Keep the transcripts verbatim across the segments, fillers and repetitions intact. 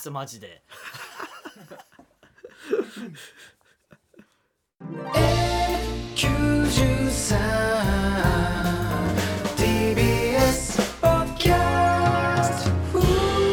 つマジできゅうじゅうさん ティービーエス ポッドキャスト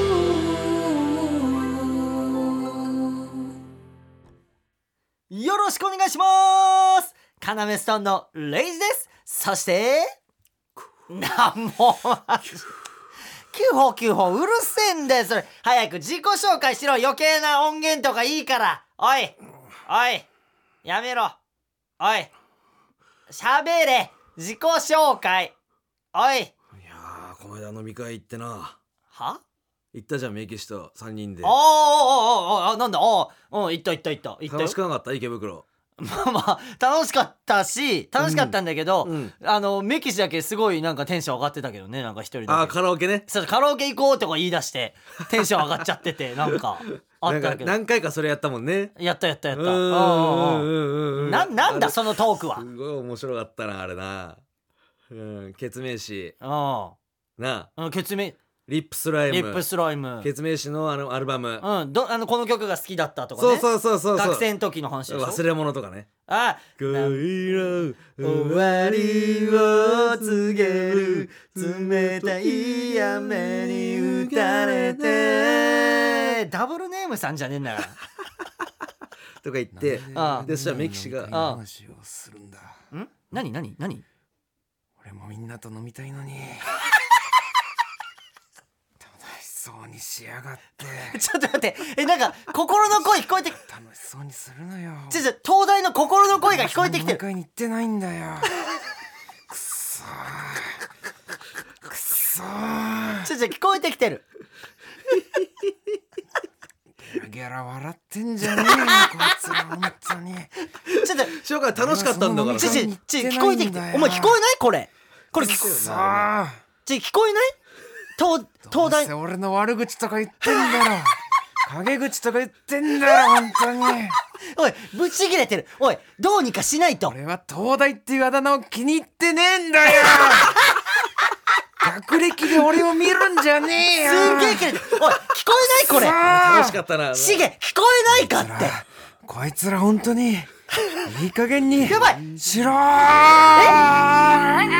よろしくお願いします。カナメストーンのレイジです。そしてなんもきゅうほうきゅうほううるせえんだよそれ。早く自己紹介しろ。余計な音源とかいいから。おいおいやめろ。おい喋れ。自己紹介。おい。いやーこの間飲み会行ってな。 は行ったじゃん、メキシとさんにんで。 あーあーあーあーなんだ。ああ行った行った行った行ったよ。 楽しくなかった池袋。 まあまあ楽しかったし楽しかったんだけど、 うんうん、 あのメキシだけすごいなんかテンション上がってたけどね。なんか一人だけ。 あーカラオケね。 そうカラオケ行こうとか言い出してテンション上がっちゃっててなんかあったけど何回かそれやったもんね。 やったやったやった。 うんうんうん。 ななんだそのトークは。 すごい面白かったなあれな。うんケツメイシうんなあケツメリップスライムリップスライムケツメイシのあのアルバム。 うんどあのこの曲が好きだったとかね。 そうそうそうそうそう。 学生の時の話でしょ。 忘れ物とかね。 あ恋の終わりを告げる冷たい雨に打たれてダブルネームさんじゃねえんだからとか言ってああでそしたらメキシがあ話をするんだ。 ん何何何俺もみんなと飲みたいのに楽しそうにしやがってちょっと待ってえなんか心の声聞こえて楽しそうにするのよ。 ちょちょ東大の心の声が聞こえてきてる。 飲み会に行ってないんだよくそーくそーちょちょ聞こえてきてるゲラゲラ笑ってんじゃねえよこいつら本当に。 ちょっと紹介楽しかったんだから。 ちょちょちょ聞こえてきてお前聞こえないこれこれ聞こくそーちょ聞こえない東東大どうせ俺の悪口とか言ってんだろ陰口とか言ってんだろ本当に。 おいぶち切れてる。おいどうにかしないと。 俺は東大っていうあだ名を気に入ってねえんだよ学歴で俺を見るんじゃねえよ。 すんげえ切れてる。おい聞こえないこれ楽しかったな。 シゲ聞こえないかって。 こいつら本当にいい加減にやばいしろー。 なん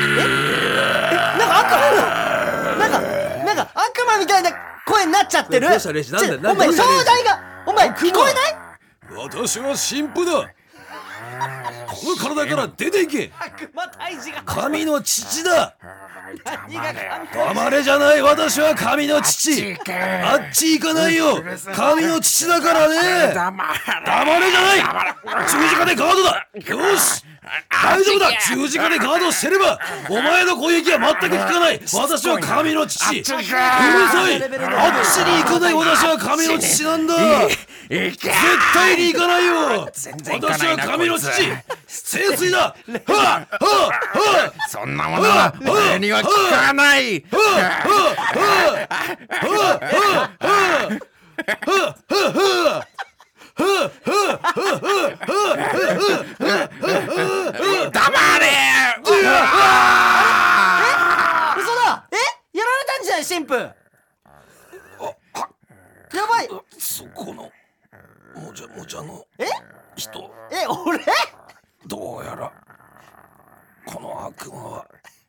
か悪魔なんかなんか悪魔みたいな声になっちゃってる。 どうしたレイジなんだよちょお前どうしたレイジ東大がお前聞こえない私は神父だ。この体から出ていけ。 悪魔退治が神の父だ。 何が神黙れじゃない。私は神の父。あっち行かないよ。神の父だからね。 黙れ黙れじゃない。十字架でガードだ。よし大丈夫だ。十字架でガードしてればお前の攻撃は全く効かない。私は神の父。うるさい。あっちに行かない。私は神の父なんだ。絶対に行かないよ。私は神の父。聖水だ。はあはあはあ。 そんなものは俺には効かない。黙れ。 嘘だ。えやられたんじゃない神父。やばい。 そこのもじゃもじゃのえ人。 え俺どうやらこの悪魔は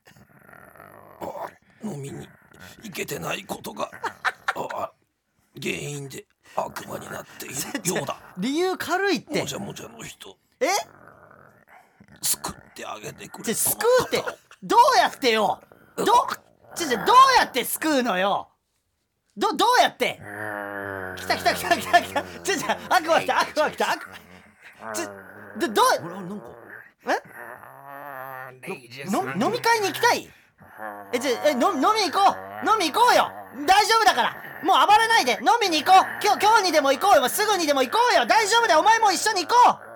飲みに行けてないことが原因で悪魔になっているようだ。 理由軽いってもじゃもじゃの人え救ってあげてくれ。 ちょ救うってどうやってよどちょちょどうやって救うのよどどうやって来た来た来た来た来たちょちょ悪魔来た悪魔来た悪魔ちょどどうなんかえの飲み会に行きたいえじゃえの飲み行こう飲み行こうよ大丈夫だからもう暴れないで飲みに行こう今日今日にでも行こうよもうすぐにでも行こうよ大丈夫だよお前も一緒に行こう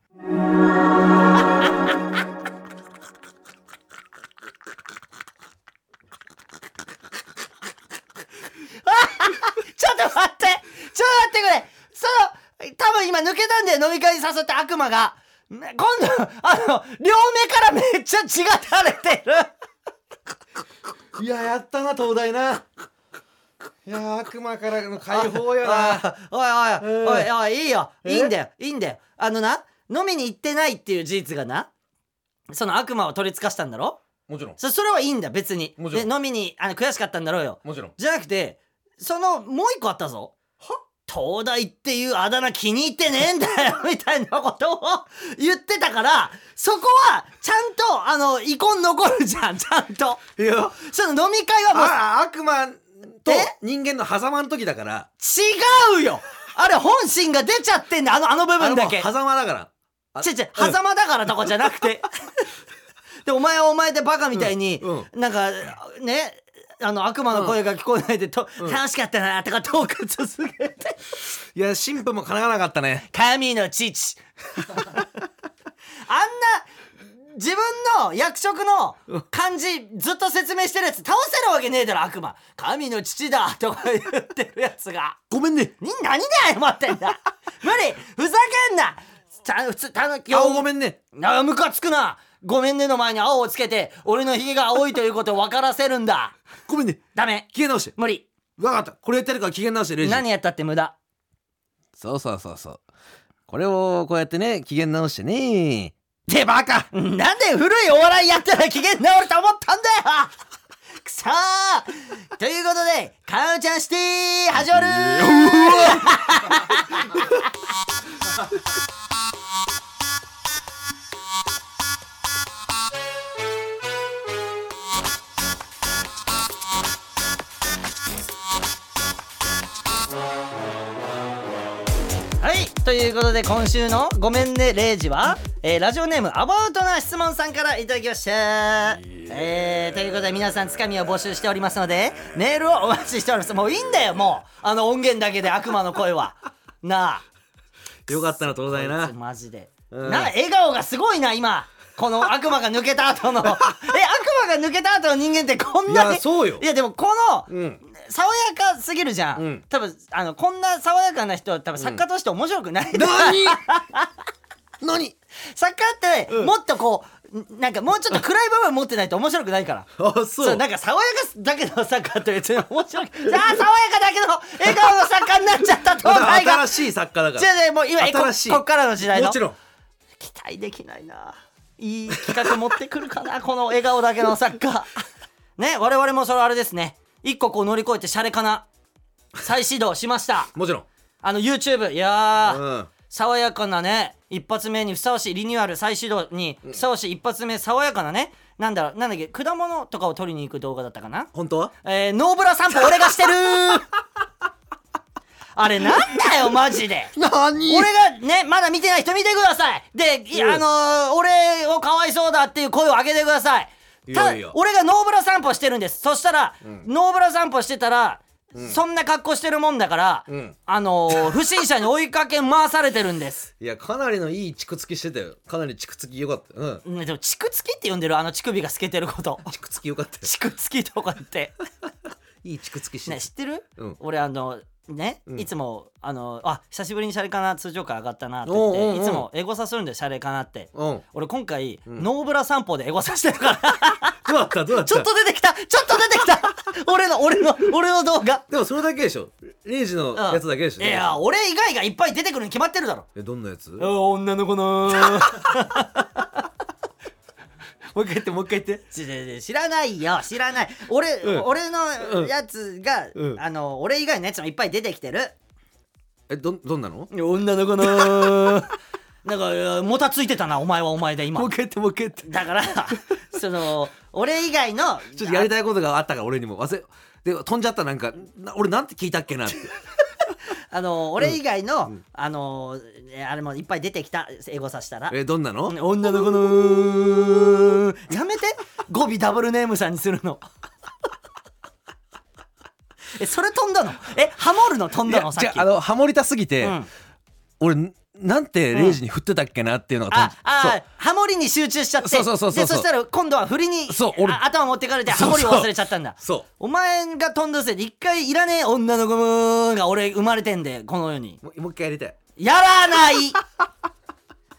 ちょっと待ってちょっと待ってくれその多分今抜けたんだよ飲み会に誘った悪魔が今度あの両目からめっちゃ血が垂れてるいややったな東大な。 いやー悪魔からの解放やな。 おいおいうんおいおいいいよえいいんだよいいんだよあのな飲みに行ってないっていう事実がなその悪魔を取りつかしたんだろ。 もちろんそそれはいいんだ別に。 もちろんで飲みにあの悔しかったんだろうよ。 もちろん。 じゃなくてそのもう一個あったぞ。 は東大っていうあだ名気に入ってねえんだよみたいなことを言ってたからそこはちゃんとあの遺恨残るじゃんちゃんと。 いやその飲み会はもうあ悪魔とえ人間の狭間の時だから違うよあれ本心が出ちゃってんだあのあの部分だけ。 あれもう狭間だからあちょちょ狭間だからとかじゃなくてでお前はお前でバカみたいに、 うんなんかねあの悪魔の声が聞こえないでと、 うん楽しかったなとかトーク続けていや神父も叶わなかったね。 神の父あんな自分の役職の漢字ずっと説明してるやつ倒せるわけねえだろ悪魔神の父だとか言ってるやつがごめんね。 に何で謝ってんだ無理ふざけんなた普通たの青ごめんね。 なあムカつくなごめんねの前に青をつけて俺のひげが青いということを分からせるんだ。 ごめんね。 ダメ機嫌直して。 無理分かった。これやってるから機嫌直してレイジ。 何やったって無駄。 そうそうそうそう。これをこうやってね機嫌直してね。ってバカ。 なんで古いお笑いやったら機嫌治ると思ったんだよくそーということでカウちゃんシティ始まるはいということで今週のごめんねレイジは、えー、ラジオネームアバウトな質問さんからいただきました、えー、ということで皆さんつかみを募集しておりますのでメールをお待ちしております。もういいんだよもうあの音源だけで悪魔の声はなあよかったな東大な。 マジで、 うんな笑顔がすごいな今この悪魔が抜けた後のえ悪魔が抜けた後の人間ってこんなにいやそうよいやでもこの、 うん爽やかすぎるじゃん、 うん、 多分あのこんな爽やかな人は多分作家として面白くない、うん、 何何作家って、 うん、 もっとこうなんかもうちょっと暗い部分持ってないと面白くないからあそうそうなんか爽やかだけの作家って別に面白くさあ爽やかだけど笑顔の作家になっちゃった東大が新しい作家だからじゃあねもう今新しいここっからの時代のもちろん期待できないないい企画持ってくるかなこの笑顔だけの作家ね我々もそれあれですね一個こう乗り越えてシャレかな再始動しましたもちろんあの YouTube いやー、 うん、 爽やかなね一発目にふさわしいリニューアル再始動にふさわしい一発目爽やかなねなんだろうなんだっけ果物とかを取りに行く動画だったかな本当はえー、ノーブラ散歩俺がしてるあれなんだよマジで何俺がねまだ見てない人見てくださいで、いやあのー、俺をかわいそうだっていう声を上げてください。ただいやいや俺がノーブラ散歩してるんです。そしたら、うん、ノーブラ散歩してたら、うん、そんな格好してるもんだから、うん、あのー、不審者に追いかけ回されてるんですいやかなりのいいチクつきしてたよ。かなりチクつきよかった。うん、 ね、でもチクつきって呼んでるあの乳首が透けてることチクつきよかったよチクつきとかっていいチクつきして、 ね、知ってる、 うん、 俺あのね、うん、いつもあのあ久しぶりにシャレかな通常回上がったなって言っておうおうおういつもエゴサするんだよシャレかなって、 うん、 俺今回、 うん、 ノーブラ散歩でエゴサしてるからどうだったどうだったちょっと出てきたちょっと出てきた俺の俺の俺の動画でもそれだけでしょレイジのやつだけでしょ、 うん、いや俺以外がいっぱい出てくるに決まってるだろ。 えどんなやつ女の子のもう一回言ってもう一回言って知らないよ知らない 俺,、うん、俺のやつが、うん、あの俺以外のやつもいっぱい出てきてる。 え ど, どんなの女の子のなんかもたついてたなお前はお前で今もう一回言ってもう一回言ってだからその俺以外のちょっとやりたいことがあったから俺にも忘れで飛んじゃったなんかな俺なんて聞いたっけなってあの俺以外の、うん、あのあれもいっぱい出てきたエゴサしたらえどんなの女の子のやめて語尾ダブルネームさんにするのえそれ飛んだのえハモるの飛んだのさっきあのハモりたすぎて、うん、俺なんてレイジに振ってたっけなっていうのが、うん、 ああハモりに集中しちゃってそうそうそうそうでそしたら今度は振りに頭持ってかれてハモりを忘れちゃったんだ。 そうお前が飛んだせいで一回いらねえ女の子が俺生まれてんでこの世にもう一回やりたいやらない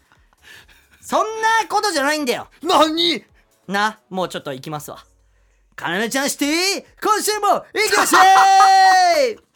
そんなことじゃないんだよ何なもうちょっと行きますわかなめちゃんシティ今週も行きましょう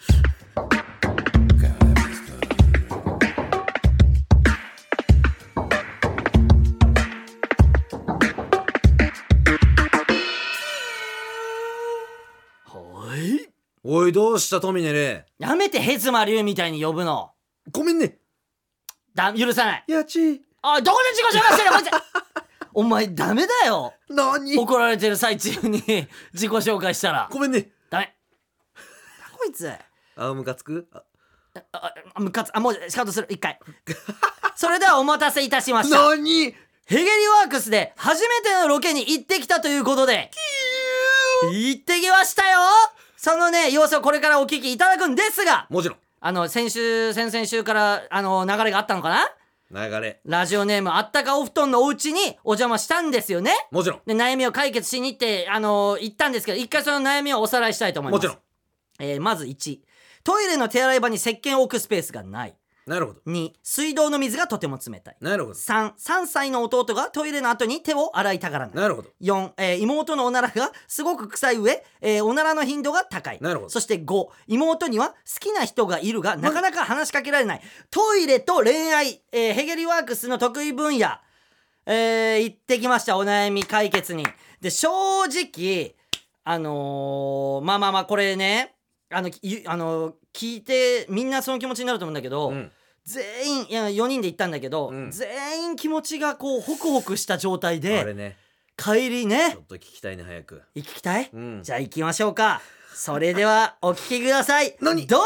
おいどうしたトミネレ。 やめてヘズマリュウみたいに呼ぶの。 ごめんね。 だ許さない。 やち。 あ、どこで自己紹介してるマジお前ダメだよ。 何？ 怒られてる最中に自己紹介したら。 ごめんね。 ダメ。こいつ。 あ、ムカつく？あ、 あ、あムカつ。あ、もうスカウトする一回。それではお待たせいたしました。 何？ ヘゲリワークスで初めてのロケに行ってきたということで行ってきましたよ。そのね様子をこれからお聞きいただくんですが、 もちろんあの先週先々週からあの流れがあったのかな。 流れラジオネームあったかお布団のお家にお邪魔したんですよね。 もちろんで悩みを解決しに行ってあの行ったんですけど、一回その悩みをおさらいしたいと思います。 もちろん、 えー、まずいち、トイレの手洗い場に石鹸を置くスペースがない。 なるほど。 に、水道の水がとても冷たい。 なるほど。 さん、さんさいの弟がトイレの後に手を洗いたがらない。 なるほど。 よん、えー、妹のおならがすごく臭い上、えー、おならの頻度が高い。 なるほど。 そしてご、妹には好きな人がいるがなかなか話しかけられない。トイレと恋愛、えー、ヘゲリワークスの得意分野、えー、行ってきました。お悩み解決に。で、正直あのー、まあまあまあこれね、あの、あのー、聞いてみんなその気持ちになると思うんだけど、うん、全員いやよにんで行ったんだけど、うん、全員気持ちがこうホクホクした状態で、 あれね、 帰りね、 ちょっと聞きたいね。早く行きたい、 うん、 じゃあ行きましょうか。それではお聞きください。 何？ どうぞ。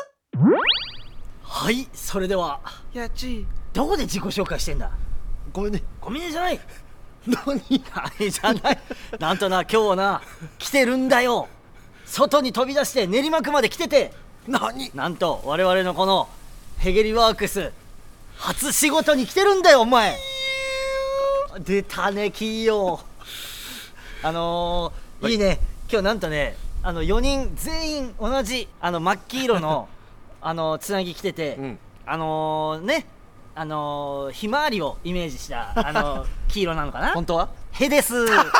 はい、それではやち、 どこで自己紹介してんだ。 ごめんね。 ごめんねじゃない。 何？ はいじゃないなんとな今日はな来てるんだよ。外に飛び出して練馬区まで来てて、 何？ なんと我々のこのヘゲリワークス初仕事に来てるんだよお前。出たねキーヨー。あのーはい、いいね。今日なんとね、あのよにん全員同じあの真っ黄色のあのつなぎ着てて、うん、あのー、ねあのー、ひまわりをイメージしたあのー、黄色なのかな。 本当はへです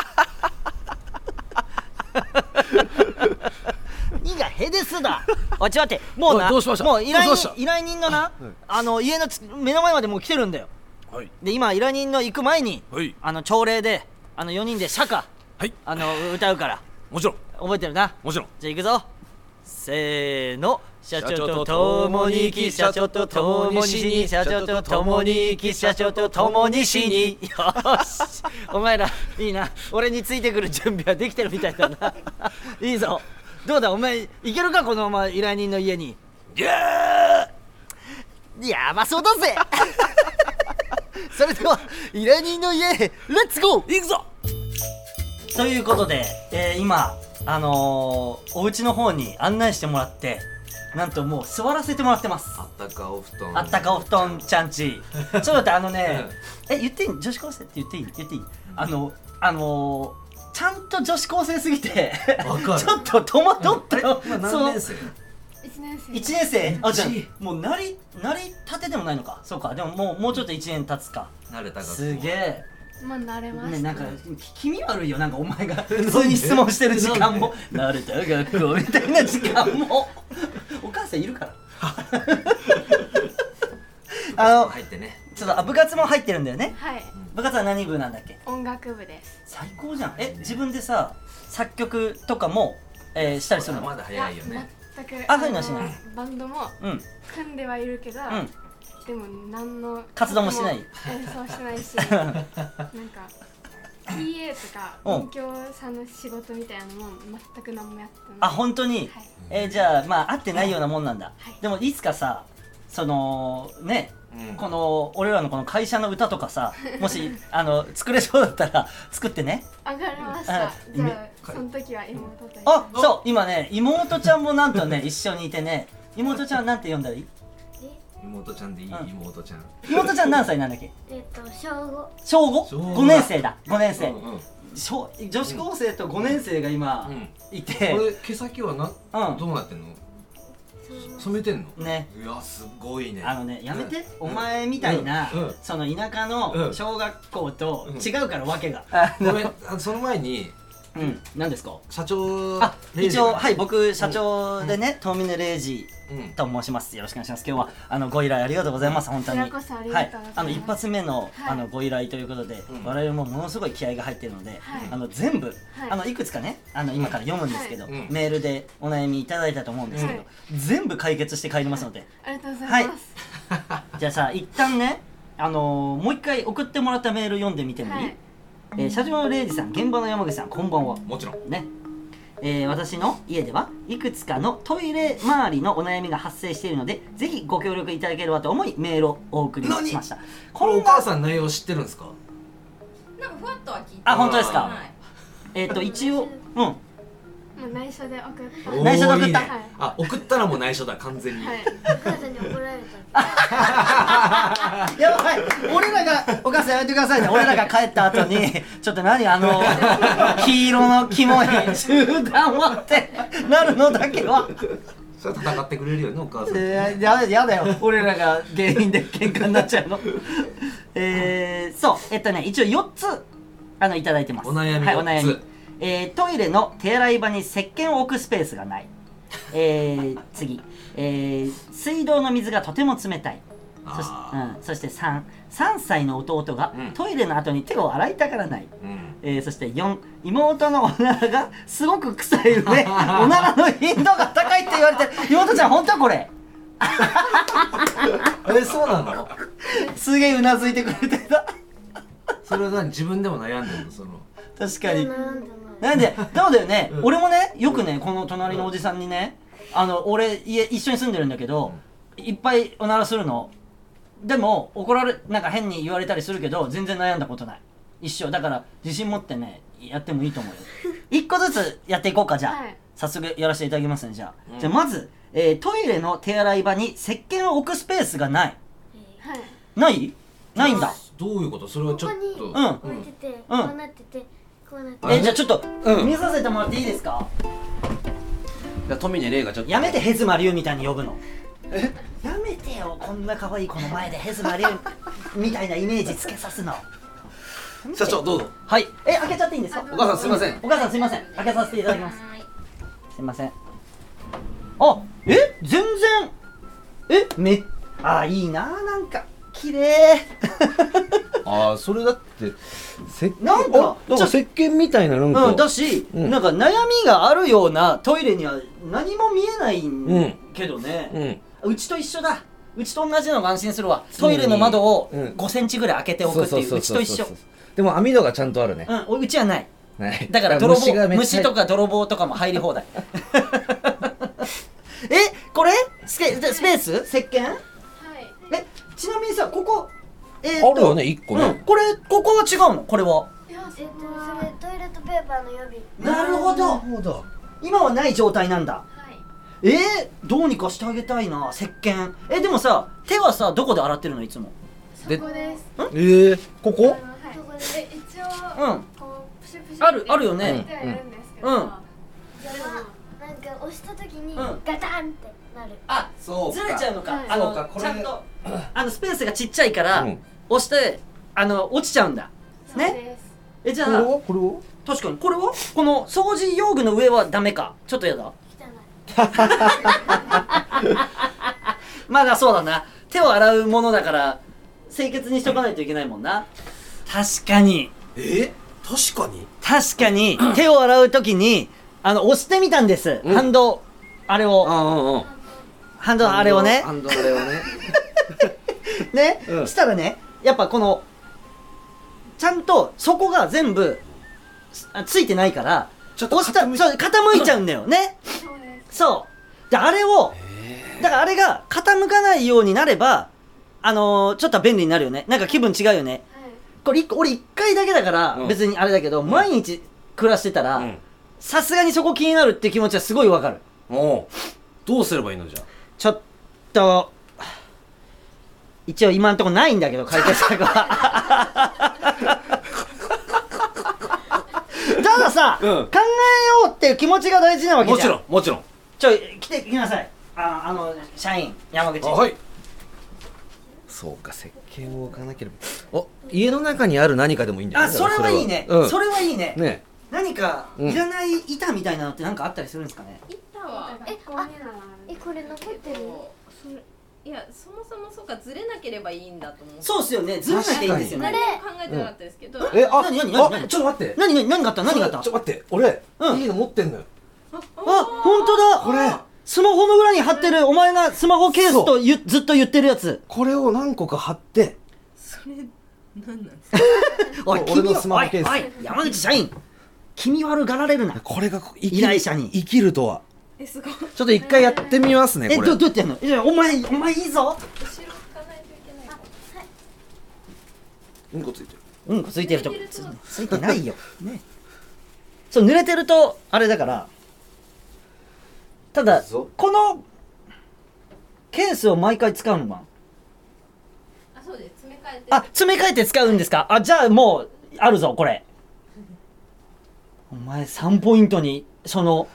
にがへですだ。おいちょっと待って、もうな、 どうしました？ もう依頼人、依頼人のな、あの家の目の前までもう来てるんだよ。はい、で今依頼人の行く前に、はい、あの朝礼であのよにんで社歌、はい、あの歌うから。 もちろん覚えてるな。 もちろん。 じゃあ行くぞ。せーの。社長と共に生き、社長と共に死に、社長と共に生き、社長と共に死に。よしお前らいいな、俺についてくる準備はできてるみたいだな。いいぞ。どうだお前行けるか、このお前依頼人の家に。 いやーやばそうだぜそれでは依頼人の家へレッツゴー。 行くぞ。 ということで、えー、今あのー、お家の方に案内してもらって、なんともう座らせてもらってます。 あったかお布団、 あったかお布団ちゃんち。ちょっと待って、あのねえ言っていい？女子高生って言っていい？言っていい？あのあのーちゃんと女子高生すぎてちょっと戸惑ったよ。 今何年生？ いちねん生。 いちねん生。あ、じゃあもうなりなりたてでもないのか。そうか。でももうもうちょっといちねん経つか。 慣れたか。 すげえ。 まあ慣れました。 ね、なんか気味悪いよ。なんかお前が普通に質問してる時間も慣れた学校みたいな時間もお母さんいるからあの入ってね。 ちょっとあ部活も入ってるんだよね。 はい。 部活は何部なんだっけ？ 音楽部です。 最高じゃん。え、自分でさ作曲とかも、えー、したりするの？ まだ早いよね。 全く。 あ、そういうのはしない。 バンドも組んではいるけど、うん、でも何の活動もしない。 演奏しないし、なんか ピーエー とか音響さんの仕事みたいなのも全く何もやってない。 あ、本当に？はい、えー、じゃあまあ会ってないようなもんなんだ。はい、でもいつかさ、そのね。うん、この俺らのこの会社の歌とかさ、もしあの作れそうだったら作ってね。 わかりました。じゃあその時は妹と。 あ、そう今ね妹ちゃんもなんとね一緒にいてね。妹ちゃんなんて呼んだらいい？ 妹ちゃんでいい、うん、妹ちゃん。 妹ちゃん何歳なんだっけ？ えっと小五。 小五？ごねん生だ。ごねん生。うんうん、小女子高生とごねん生が今いて。 これ毛先はな、うん、どうなってんの？染めてんのね。 いやすごいね。 あのねやめて、うん、お前みたいな、うん、その田舎の小学校と違うからわけが、 うん、ごめんその前にうん何ですか。 社長あ一応はい僕社うん長でね遠峰礼二うんと申します。よろしくお願いします。今日はあのご依頼ありがとうございます。本当に。 こちらこそありはいがとうございます。 あの一発目のはいあのご依頼ということで、 うん我々もものすごい気合が入ってるので、 はいあの全部、 はいあのいくつかねあの今から読むんですけど、 うんメールでお悩みいただいたと思うんですけど、 はい全部解決して帰りますので、 ありがとうございます。 じゃあさ一旦ねあのーもう一回送ってもらったメール読んでみてもいい？ はいえー社長の礼二さん、現場の山口さん、こんばんは。 もちろんね。えー私の家ではいくつかのトイレ周りのお悩みが発生しているので、ぜひご協力いただければと思いメールをお送りしました。 これお母さん内容知ってるんですか？ なんかふわっとは聞いてあ本当ですかはいえっ、と一応うんもう内緒で送った。 おー内緒で送ったいいねはいあ送ったらもう内緒だ完全にはい。 お母さんに怒られた。 やばい俺らがお母さんやめてくださいね。俺らが帰った後にちょっと何あの黄色のキモい集団はってなるのだけは。 それは戦ってくれるよねお母さんえー、やだやだよ俺らが原因で喧嘩になっちゃうのえー、そうえっとね一応よっつあのいただいてます。 お悩みはい、およっつ悩み、えー、トイレの手洗い場に石鹸を置くスペースがない。えー、次、えー、水道の水がとても冷たい。そし,、 あうん、そしてさん、さんさいの弟がうんトイレの後に手を洗いたがらない。 うんえー、そしてよん、妹のおならがすごく臭い上おならの頻度が高いって言われてる。妹ちゃん本当はこれえそうなの？ すげえうなずいてくれてたそれは何自分でも悩んでるのその確かになんでない。 なんでそうだよね、 うん俺もねよくねこの隣のおじさんにねあの俺家一緒に住んでるんだけど、いっぱいおならするの。でも怒られなんか変に言われたりするけど全然悩んだことない。一緒だから自信持ってねやってもいいと思うよ一個ずつやっていこうか。じゃあ、 はい早速やらせていただきますね。じゃあ、 うんじゃあまず、えートイレの手洗い場に石鹸を置くスペースがない。 はい。 ないないんだ。 どういうこと？それはちょっとここにうん置いてて、こうんうなってて、こうなってあて。 えじゃあちょっと、 うん見させてもらっていいですか。 じゃあ富根玲がちょっとやめてヘズマリュウみたいに呼ぶの。やめてよこんな可愛い子の前でヘズマリュウみたいなイメージつけさすの。 社長どうぞはいえ開けちゃっていいんですか。 お母さんすいませんお母さんすいません開けさせていただきます。 はいすいません。あえ全然えめあいいななんか綺麗ああそれだってせなんかなんか石鹸みたいななんか、 うんだし、 うんなんか悩みがあるようなトイレには何も見えないんけどね、 うんうちと一緒だ。うちと同じのが安心するわ。トイレの窓をうんごセンチぐらい開けておくっていううちと一緒。 でも網戸がちゃんとあるね、 うんうちはない。 はいだから泥棒虫がめっちゃ虫とか泥棒とかも入り放題えこれスケスペース石鹸はい。 えちなみにさここえーっとあるよね一個ねうん、これここは違うのこれはいや、そえっと、 こは。 それトイレットペーパーの予備。 なるほどほど今はない状態なんだ。 はい。 えー、どうにかしてあげたいな石鹸。えでもさ手はさどこで洗ってるのいつも。 そこです。 えー、ここあのはい。え、一応。 うんこう、プシュプシュ。 あるあるよねやってはいるんですけど。 うんでもなんか押した時にんガタンってなる。 あそうずれちゃうのか、 はいあのそうかこれちゃんとあのスペースがちっちゃいから、 うん押してあの落ちちゃうんだそうね。 です。 えじゃあこれは確かにこれはこの掃除用具の上はダメかちょっとやだ汚まだそうだな手を洗うものだから清潔にしとかないといけないもんな。確かにえ確かに確かに手を洗うときにあの押してみたんです、 うんハンドあれをあうんうんハンドあれをねハンドあれをねね、 うんしたらねやっぱこのちゃんと底が全部あついてないからちょっと押したらそう傾いちゃうんだよねそうです。 そうであれをだからあれが傾かないようになればあのー、ちょっと便利になるよね。なんか気分違うよね。 はい。 これ一個俺一回だけだからうん別にあれだけど、毎日暮らしてたらうんさすがにそこ気になるって気持ちはすごいわかる。 おうどうすればいいのじゃちょっと一応今んとこないんだけど解決策はたださ、 うん考えようっていう気持ちが大事なわけじゃん。 もちろんもちろんちょ来て来なさい。ああの社員山口。 はいそうか石鹸を置かなければお家の中にある何かでもいいんじゃないあそれはいいね、 うんそれはいいね。 ね何かうんいらない板みたいなのって何かあったりするんですかね。 板はえこういうのあるえこれ残ってるそれいやそもそもそうかずれなければいいんだと思ってそうっすよね。ずれなきゃいいんですよ何ね。 も考えてなかったですけど、 えあ何何何何あちょっと待って何何何があった何があった。 ちょっと待って俺うんいいの持ってんのよあ、本当だ。 これスマホの裏に貼ってるお前がスマホケースとゆずっと言ってるやつ。 これを何個か貼ってそれ何なんですかおい、 俺のスマホケースおいおい山口社員、気味悪がられるな。 これが生きる依頼者に生きるとはえすごいちょっと一回やってみますねえ、 これどどうやってやんの。いやお前お前いいぞ。 後ろ拭かないといけないうんこついてるうんこついてると濡れてるとつついてないよね。そう濡れてるとあれだから。ただそうこのケースを毎回使うのか。 あそうです詰め替えてあ、詰め替えて使うんですか。あ、じゃあもうあるぞこれ。お前さんポイントにその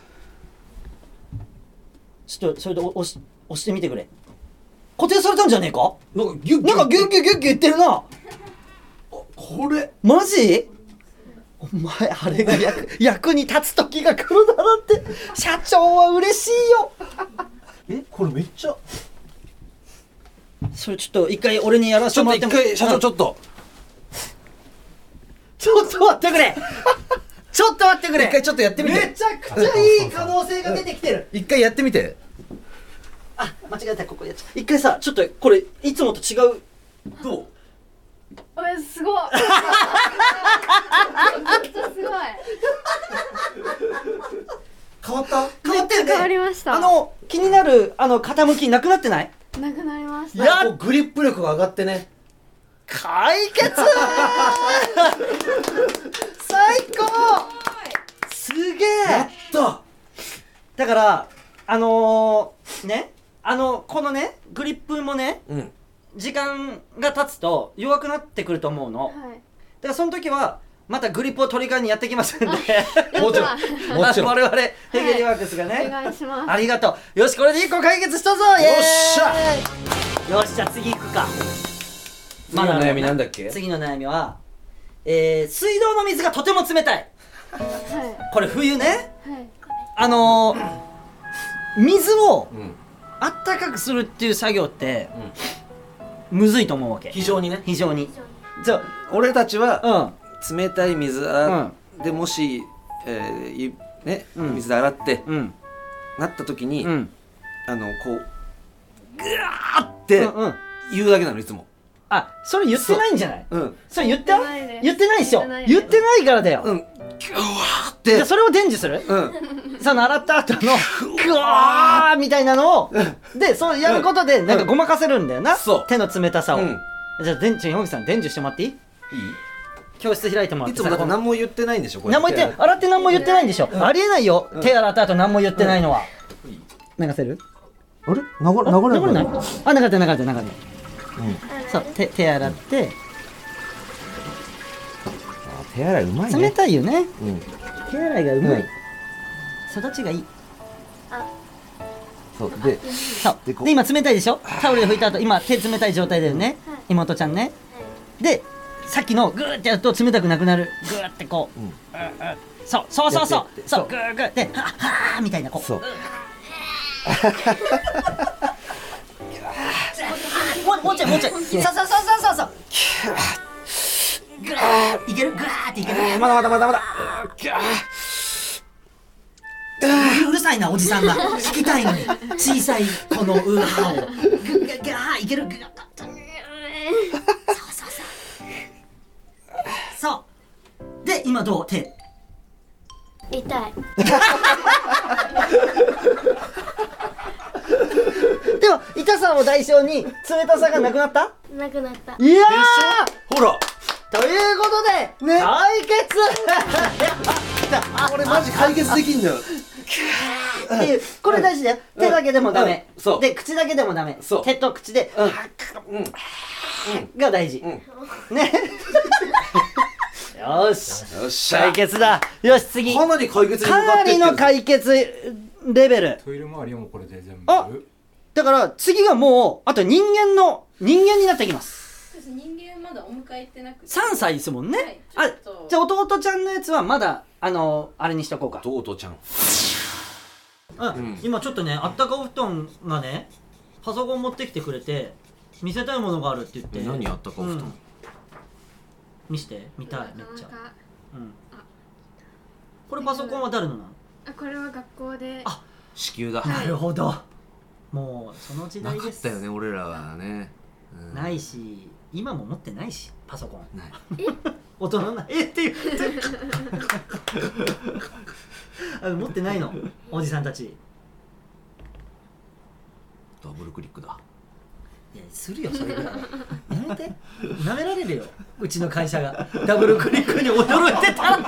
ちょっとそれで押し押してみてくれ。固定されたんじゃねえか。 なんかギュッギュッなんかギュッギュッギュッギュ言ってるな。 これマジ？お前あれが役役に立つ時が来るだろって。社長は嬉しいよ。 えこれめっちゃそれちょっと一回俺にやらせちょっとてもらっても。 一回社長ちょょっとちょっと待ってくれ。ちょっと待ってくれ。 一回ちょっとやってみてめちゃくちゃいい可能性が出てきてる。 一回やってみてあ、間違えた。ここやっちゃう。一回さ、ちょっとこれいつもと違う。どう？ えすごいめっちゃすごい変わった変わってるね。 変わりましたあの気になるあの傾きなくなってない？ なくなりましたやっもうグリップ力が上がってね解決最高すげやっえ。 ただからあのー、ねあのこのねグリップもねうん時間が経つと弱くなってくると思うの。だかはいらその時はまたグリップを取り替えにやってきますんでもちろんもちろん我々ヘゲリワークスがおね、 願いしますありがとう。よしこれでいっこ解決したぞ。イエーイよっしゃよしじゃあ次行くか。 次の悩みなんだっけ次の悩みは、えー、水道の水がとても冷たい。 はこれ冬ねいはいあのー、水をうんあったかくするっていう作業って、むずいと思うわけ。 非常にね非常にそう俺たちはうん冷たい水あでもしえーいねうん水で洗ってうんなった時にうんあのこうグワーってうんうん言うだけなのいつもあ、それ言ってないんじゃない？ うんそれ言って言ってないです言ってないでしょ。 言ってないです言ってないからだよ。 うんギュワーってじゃあそれを伝授する？ うんその洗った後のグワーみたいなのをでそうやることでなんかごまかせるんだよな、 そう手の冷たさを、 うんじゃあ伝授山口さん伝授してもらっていい？ い教室開いてもらっていいつもだって何も言ってないんでしょこれ何も言って洗って何も言ってないんでしょ、ありえないよ、 うん手洗った後何も言ってないのは、流せる？ あれ流あれ流れない？あ、流れて流れて流れてうんそう手手洗ってあ手洗いうまい冷ねたいよね、 うん手洗いがうまい、 うん育ちがいい。 そうでそうでこうで今冷たいでしょ、タオルで拭いた後今手冷たい状態だよね、妹ちゃんね。でさっきのグーってやると冷たくなくなる。グーってこう、 うんうんうんそうそうそうそうやってやってそうそうグーグーではっはーみたいなこうそうもうもうちょいもうちょいそうそうそうそうそうそうグーいけるグーっていける。 まだまだまだまだうるさいなおじさんが聞きたいのに小さいこのウーハーをグーグーグーいけるグーそうそうそうそうで今どう手痛いでも痛さを代償に冷たさがなくなったなくなったいやーほらということで、 ね解決これマジ解決できんだよっていうこれ大事だよ、手だけでもダメ、 うんそうで口だけでもダメ、 そう手と口で、 うんうんが大事、 うんねよしよっしゃ解決だ。よし次かなり解決に向かなりかってってるの解決レベル。 トイレ周りはもうこれで全部あだから次はもうあと人間の人間になってきます。 私人間まだお迎え行ってなくてさんさいですもんね、 はいあちょっとじゃあ弟ちゃんのやつはまだあのあれにしとこうか。 とうとうちゃん。 うん、今ちょっとね、あったかお布団がねパソコン持ってきてくれて見せたいものがあるって言って。 何あったかお布団、うん、 見して見たいめっちゃ。うん、 あこれパソコンは誰のなの？ あ、これは学校で。 あ、 支給だ、 はい、なるほど。もうその時代です。 なかったよね俺らはね、 うん、ないし今も持ってないしパソコンない。 大人なえって言ってあの持ってないのおじさんたち。 ダブルクリックだ。 いやするよそれぐらいやめて、舐められるようちの会社がダブルクリックに驚いてた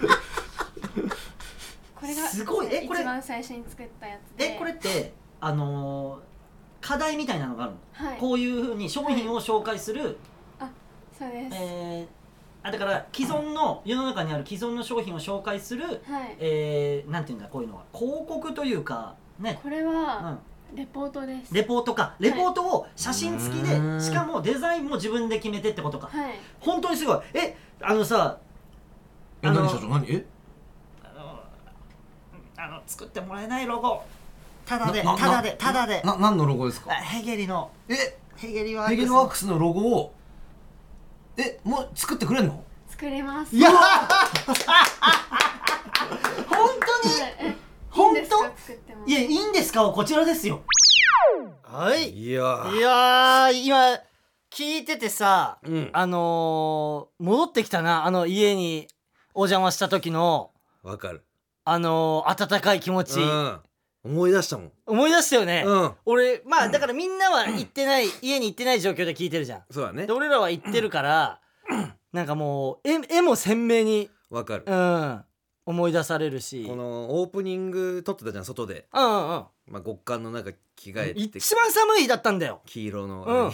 これがすごい。えこれ一番最初に作ったやつで。 えこれってあのー、課題みたいなのがあるの、 はい、 こういうふうに商品を紹介する、 はい、あ、そうです。 えーあだから既存の世の中にある既存の商品を紹介する、 はい、 えー、なんていうんだこういうのは広告というかね。 これは、うん、レポートです。 レポートか。レポートを写真付きで、はい、しかもデザインも自分で決めてってことか。 はい。 本当にすごい。えあのさえ何社長何えあのあの作ってもらえないロゴただでただでただでな何のロゴですか？ ヘゲリのえヘゲリワークスヘゲリワークスのロゴをえもう作ってくれんの？ 作れます。 いや本当に本当？いやいいんですかはこちらですよ。はい。 いやいや今聞いててさ、 うん、 あのー、戻ってきたなあの家にお邪魔した時のわかるあのー、温かい気持ち、うん、 思い出したもん。 思い出したよね、 うん、 俺まあだからみんなは行ってない家に行ってない状況で聞いてるじゃん。 そうだね。 で俺らは行ってるからなんかもう 絵, 絵も鮮明にわかる、 うん、思い出されるし、 このオープニング撮ってたじゃん外で、 うんうんうん、 まあ、極寒の中着替えて一番寒い日だったんだよ黄色の、 うん、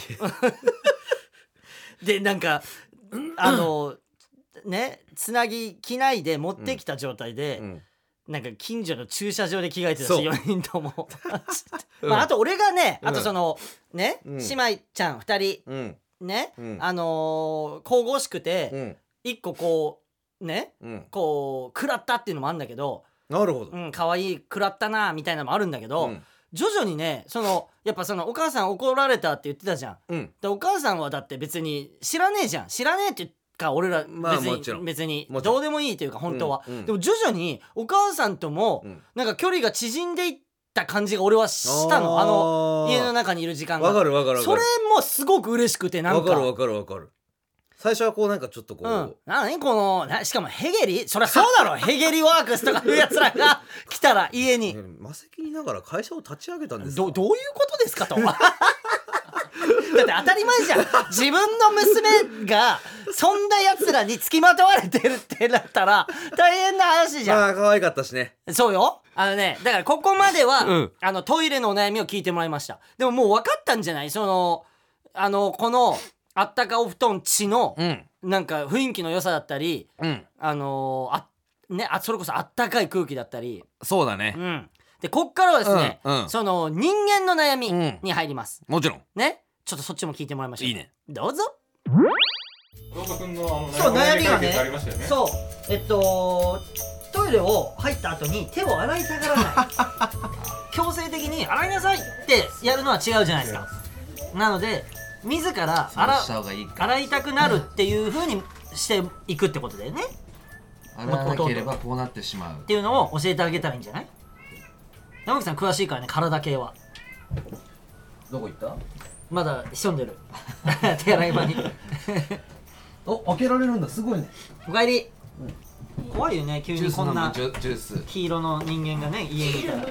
でなんかあのねつなぎ着ないで持ってきた状態で、うん、なんか近所の駐車場で着替えてたしよにんとも、まあ、あと俺がね、うん、あとそのね、うん、姉妹ちゃんふたり、うんね、うん、あのー、神々しくて、うん、一個こうね、うん、こう食らったっていうのもあるんだけど、 なるほど、 うん、可愛い食らったなみたいなのもあるんだけど、うん、徐々にねそのやっぱそのお母さん怒られたって言ってたじゃん、うん、でお母さんはだって別に知らねえじゃん知らねえっていうか俺ら別に、まあ、もちろん別にどうでもいいというか本当は、うんうん、でも徐々にお母さんともなんか距離が縮んでいった感じが俺はしたの、あの家の中にいる時間が。 わかるわかるわかる。 それもすごく嬉しくて、なんかわかるわかるわかる。最初はこうなんかちょっとこう、うん、 何このなしかもヘゲリそりゃそうだろヘゲリワークスとかいうやつらが来たら家に魔石にながら会社を立ち上げたんですか。 ど, どういうことですかとだって当たり前じゃん自分の娘がそんなやつらに付きまとわれてるってなったら大変な話じゃん。 まあ可愛かったしね。 そうよ。あのねだからここまでは、うん、あのトイレのお悩みを聞いてもらいました。でももう分かったんじゃないそのあのこのあったかお布団地の、うん、なんか雰囲気の良さだったり、うん、あのー、あねあそれこそあったかい空気だったり。 そうだね、 うん、でこっからはですね、うんうん、その人間の悩みに入ります、 うん、もちろんね。 ちょっとそっちも聞いてもらいましょう。 いいねどうぞ。 君のあのそう悩みがねそうえっとトイレを入った後に手を洗いたがらない強制的に洗いなさいってやるのは違うじゃないですか。なので自ら 洗, 洗いたくなるっていう風にしていくってことだよね。 洗わなければこうなってしまうっていうのを教えてあげたらいいんじゃない。山木さん詳しいからね体系は。 どこ行った。 まだ潜んでる手洗い場にお開けられるんだすごいね。 おかえり、うん、怖いよね急にこんな黄色の人間がね家にいたら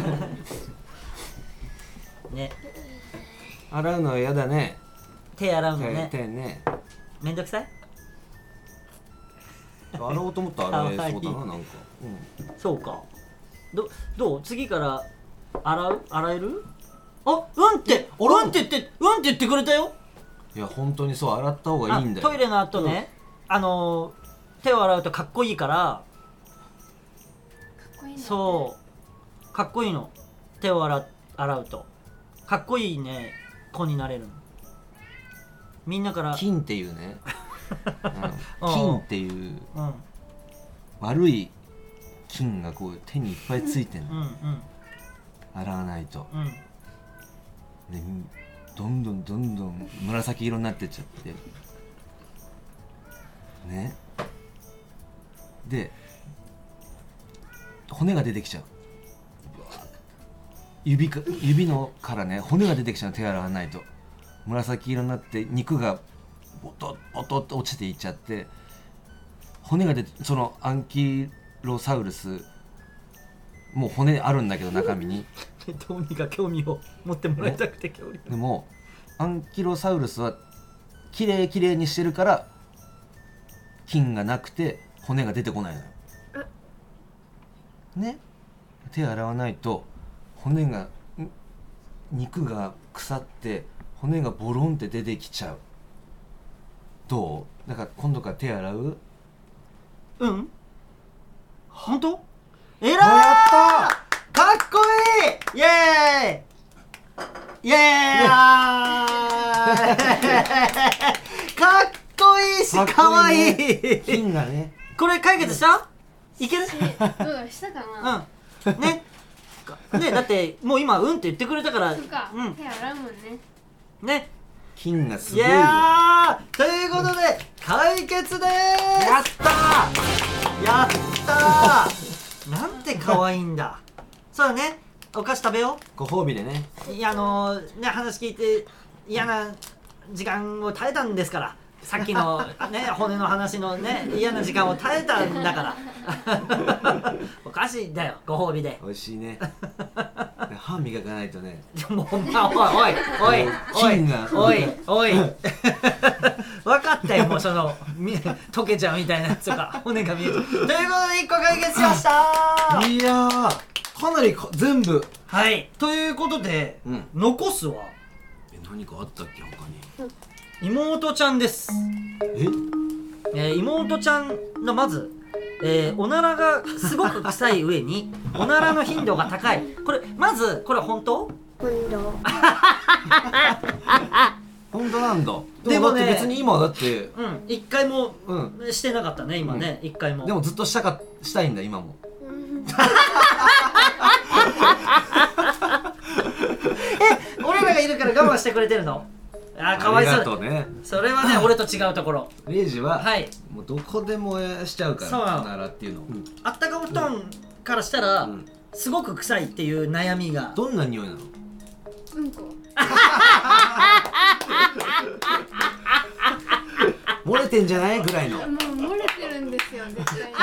ね洗うのは嫌だね。 手洗うのね手ねめんどくさい。 洗おうと思ったら洗えそうだななんか、 うん、そうか。どどう次から洗う洗える。あ、うんってうんって言ってうんって言ってくれたよ。 いや本当にそう洗った方がいいんだよ。 トイレの後ね、うん、あのー、手を洗うとかっこいいから。かっこいいの。 そうかっこいいの。手を洗洗うとかっこいいね子になれるの。みんなから金っていうね、うん、金っていう、うん、 悪い菌がこう手にいっぱいついてんの、 うんうん洗わないと、 うんでどんどんどんどん紫色になってっちゃってね、で骨が出てきちゃう、指か指のからね骨が出てきちゃう、手洗わないと紫色になって肉がボトッボトッと落ちていっちゃって、骨が出て、そのアンキロサウルスもう骨あるんだけど中身にどうにか興味を持ってもらいたくて恐竜でもアンキロサウルスはきれいきれいにしてるから菌がなくて骨が出てこないのよね。手洗わないと骨が肉が腐って骨がボロンって出てきちゃう。どう？だから今度から手洗う？ うん本当？えらーやったかっこいいイエーイイエーイかっこいいしかっこいいねかわいい菌がねこれ解決した？いける？ どうだしたかな。 うんねねだってもう今うんって言ってくれたからそっか、 うん手洗うもんね。 ね菌がすいごいよ。 やーということで解決でーす。 やったーやったーなんて可愛いんだ。そうだねお菓子食べよご褒美でね。 う。いやあのー、ね話聞いて嫌な時間を耐えたんですから、さっきのね骨の話のね嫌な時間を耐えたんだからお菓子だよご褒美で。 美味しいね。歯磨かないとね。 もうお前おいおいおいおい菌がおいおい分かったよもうそのみ溶けちゃうみたいなやつが骨が見えちゃうということでいっこ解決しましたー。 いやーかなりか全部。 はいということで、 うん残すはえ何かあったっけ他に。 妹ちゃんです。 ええー妹ちゃんのまず、えーおならがすごく臭い上におならの頻度が高い。これまずこれ本当？ 運動本当なんだ。 でもねだって別に今だってうん一回もうんしてなかったね今ね一、回も。 でもずっとしたかしたいんだ今も。 え俺らがいるから我慢してくれてるの？あーかわいありそうがとうね。 それはね俺と違うところ。 レイジははいもうどこでもしちゃうからそうなのおならっていうの。 あったかお布団からしたら、 うんすごく臭いっていう悩みが。 どんな匂いなの？ うんこ。 漏れてんじゃないぐらいの。 もう漏れてるんですよ絶対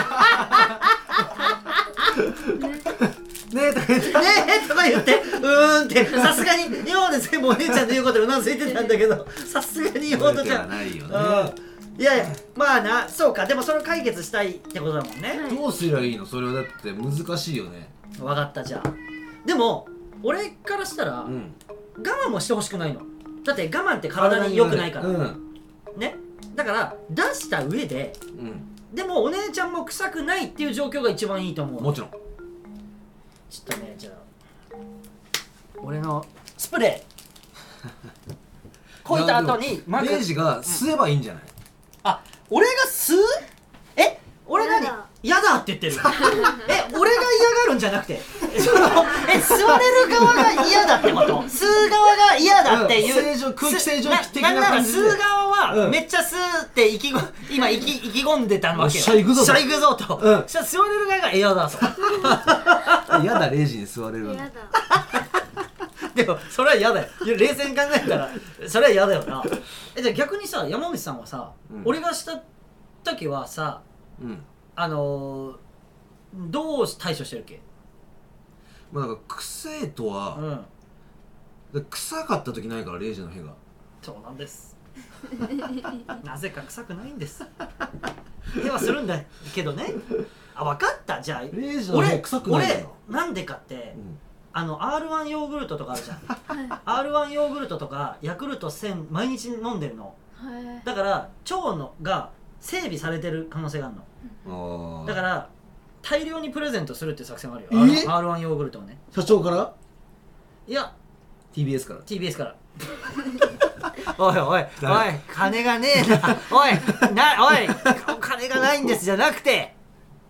に。 ねえとか言って。 ねえとか言ってうーんってさすがに今まで全部お姉ちゃんの言うことでうなずいてたんだけどさすがに妹ちゃん。 ないよね。 うんいやいやまあなそうかでもそれを解決したいってことだもんね。 どうすりゃいいの？それはだって難しいよね。 分かったじゃあ。でも俺からしたら、 うん。 我慢もしてほしくないの。だって我慢って体に良くないから、 うん。 ねだから出した上でうん。 でもお姉ちゃんも臭くないっていう状況が一番いいと思う。 もちろん。 ちょっとねじゃあ俺のスプレーこいた後にまレイジが吸えばいいんじゃない？ あ俺が吸うえ俺何やだやだって言ってるえ俺が嫌がるんじゃなくてそのえ吸われる側が嫌だってこと吸う側が嫌だっていう、 うん正常空気清浄機的なななんなら感じで吸う側はうんめっちゃ吸うって意気ご今意気意気込んでたわけよ。 よっしゃ行くぞとしゃ行くぞと、 うんそしたら吸われる側が嫌だとやだレイジに吸われるの。 やだでもそれは嫌だよ。いや冷静に考えたらそれは嫌だよな。えじゃあ逆にさ山口さんはさ、 うん俺がした時はさうん。 あのー、どう対処してるっけ？ まあなんか臭いとは、 うん臭かった時ないからレイジの部が。 そうなんですなぜか臭くないんですではするんだけどね。あ分かったじゃあレイジの部俺臭くないから。 俺なんでかってうんあの アールワン ヨーグルトとかあるじゃんアールワン ヨーグルトとかヤクルトせん毎日飲んでるのはい。 だから腸のが整備されてる可能性があるの。 ああ。 だから大量にプレゼントするっていう作戦があるよ。 えアールワン ヨーグルトをね。 社長からいやティービーエス から。 ティービーエス からおいおいおい金がねえなおいなおいお金がないんですじゃなくて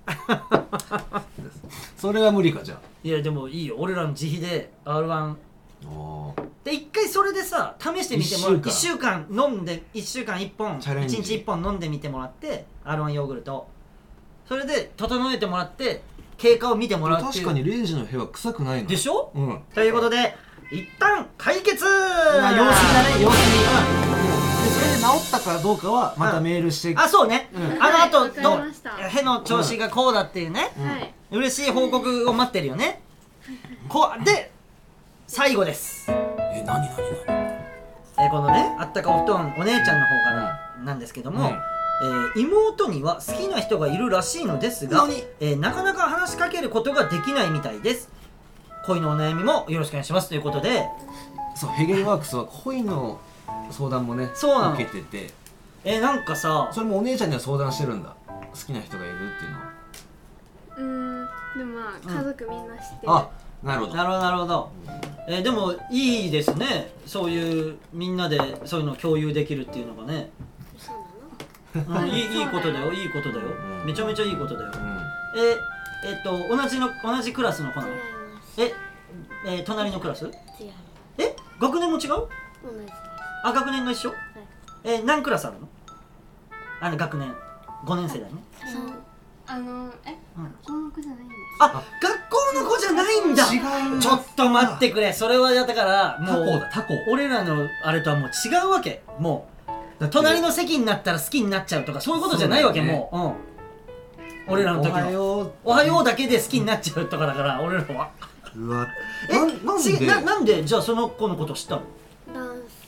それは無理かじゃいやでもいいよ、俺らの自費で アールワンあおーで一回それでさ試してみてもらって一週いっしゅうかん飲んでいっしゅうかんいっぽんチャレンジいちにちいっぽん飲んでみてもらって アールワン ヨーグルトそれで整えてもらって経過を見てもらうっていう確かにレイジの部屋は臭くないのでしょうんということで一旦解決まあ様子見だね様子でそれで治ったかどうかはまたメールして見あそうね、 うんあのあとわかりどましたへの調子がこうだっていうね、 はい嬉しい報告を待ってるよねこうで最後ですえ何何何えーこのねあったかお布団お姉ちゃんの方からなんですけども、 うんえー妹には好きな人がいるらしいのですが何、 えーなかなか話しかけることができないみたいです。恋のお悩みもよろしくお願いしますということで、 そうヘゲルワークスは恋の相談もねそうなの受けててえーなんかさそれもお姉ちゃんには相談してるんだ好きな人がいるっていうのはうーんでもまあ家族みんな知ってる、 あなるほどなるほどなるほど、えーでもいいですねそういうみんなでそういうのを共有できるっていうのがね、 そうなのうん、いいいいことだよいいことだよ、 うんめちゃめちゃいいことだよ、 うんえーえっと同じの同じクラスの子なの違いますえ、えー隣のクラス違うえ学年も違う同じですあ学年が一緒えー何クラスあるのあの学年ごねん生だよねあのえうんこの子じゃないんですあ学校の子じゃないんだ違うんだちょっと待ってくれそれはだからもタコうだタコ俺らのあれとはもう違うわけもう隣の席になったら好きになっちゃうとかそういうことじゃないわけ、 そうだよねもう、うん、俺らの時おはのようおはようだけで好きになっちゃうとかだから俺らはうわえななんちでななんでじゃあその子のこと知ったのダンス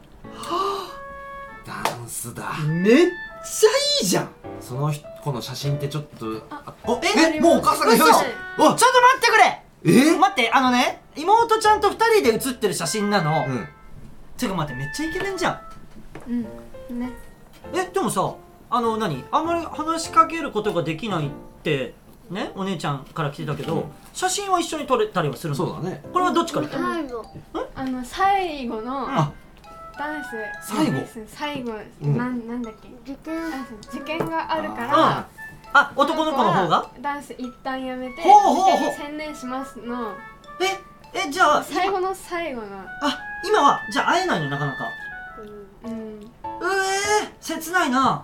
ダンスだめっちゃいいじゃんその子の写真ってちょっとあおええもうお母さんが用意してちょっと待ってくれえ待ってあのね妹ちゃんとふたりで写ってる写真なの、 うんちょっと待ってめっちゃイケメンじゃんうんねえでもさあの何あんまり話しかけることができないってねお姉ちゃんから来てたけど、 うん写真は一緒に撮れたりはするのそうだねこれはどっちから来たの最後あの最後のあダンス最後ダンス最後、 うんなんなんだっけ受験ダンス受験があるからああ男の子の方がダンス一旦やめてほうほうほう受験に専念しますのええじゃあ最後の最後のあ今はじゃあ会えないのなかなかうんうんうえー、切ないな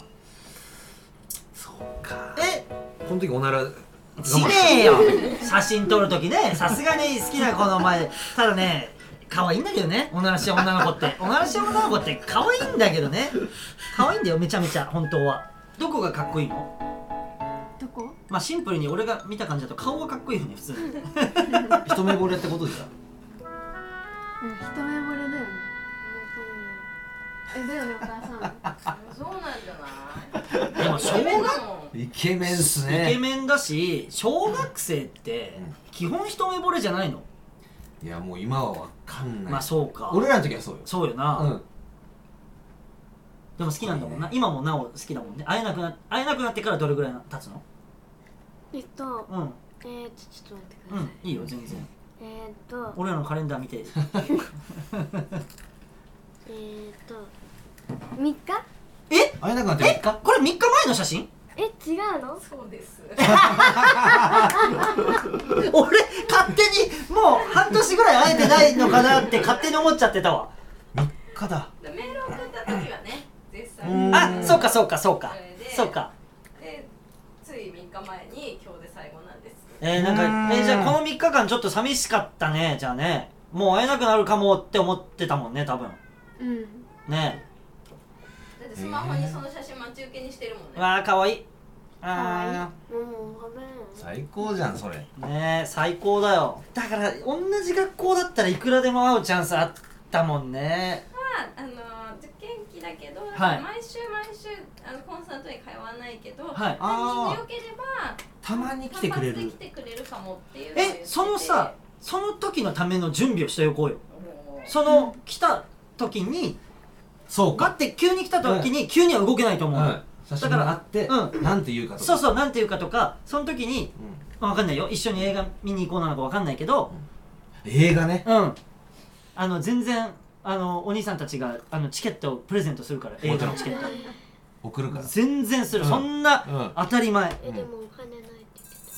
そうかえこの時おならちねえよ写真撮るときねさすがに好きな子の前ただね可愛いんだけどねおならし女の子っておならし女の子って可愛いんだけどね可愛いんだよめちゃめちゃ本当はどこがかっこいいのどこまあシンプルに俺が見た感じだと顔はかっこいいよね普通に一目惚れってことじゃんうん一目惚れだよねえだよねお母さんそうなんじゃないでも小イケメン学だもんイケメンっすイケねメンだし小学生って基本一目惚れじゃないのいやもう今はわかんないまあそうか俺らの時はそうよそうよな、 うんでも好きなんだもんな今もなお好きだもんね会えなくな会えなくなってからどれぐらい経つのえっとうんえーとちょっと待ってくださいうんいいよ全然えーっと俺らのカレンダー見てえーっとみっかえ会えなくなってみっえかこれみっかまえの写真え違うのそうです俺勝手にもう半年ぐらい会えてないのかなって勝手に思っちゃってたわみっかだメール送った時はね絶賛うんあそうかそうかそうかそれでそうかでついみっかまえに今日で最後なんですえー、なんかえー、じゃあこのみっかかんちょっと寂しかったねじゃあねもう会えなくなるかもって思ってたもんね多分うんねだってスマホにその写真待ち受けにしてるもんね、 わあかわいいあもうごめん最高じゃんそれーねえ最高だよだから同じ学校だったらいくらでも会うチャンスあったもんねまああの受験期だけど、 はい毎週毎週あのコンサートに通わないけど、 はいタイミング良ければたまに来てくれる単発で来てくれるかもっていうのを言っててえそのさその時のための準備をしておこうよおーその来た時にそうかガッて急に来た時に急には動けないと思うの、 うん写真があってうなんて言うかとかそうそうなんていうかとかその時にうん分かんないよ一緒に映画見に行こうなのか分かんないけど映画ねうんあの全然あのお兄さんたちがあのチケットをプレゼントするから映画のチケット送るから全然する、 うんそんな、 うん当たり前えでもお金ないって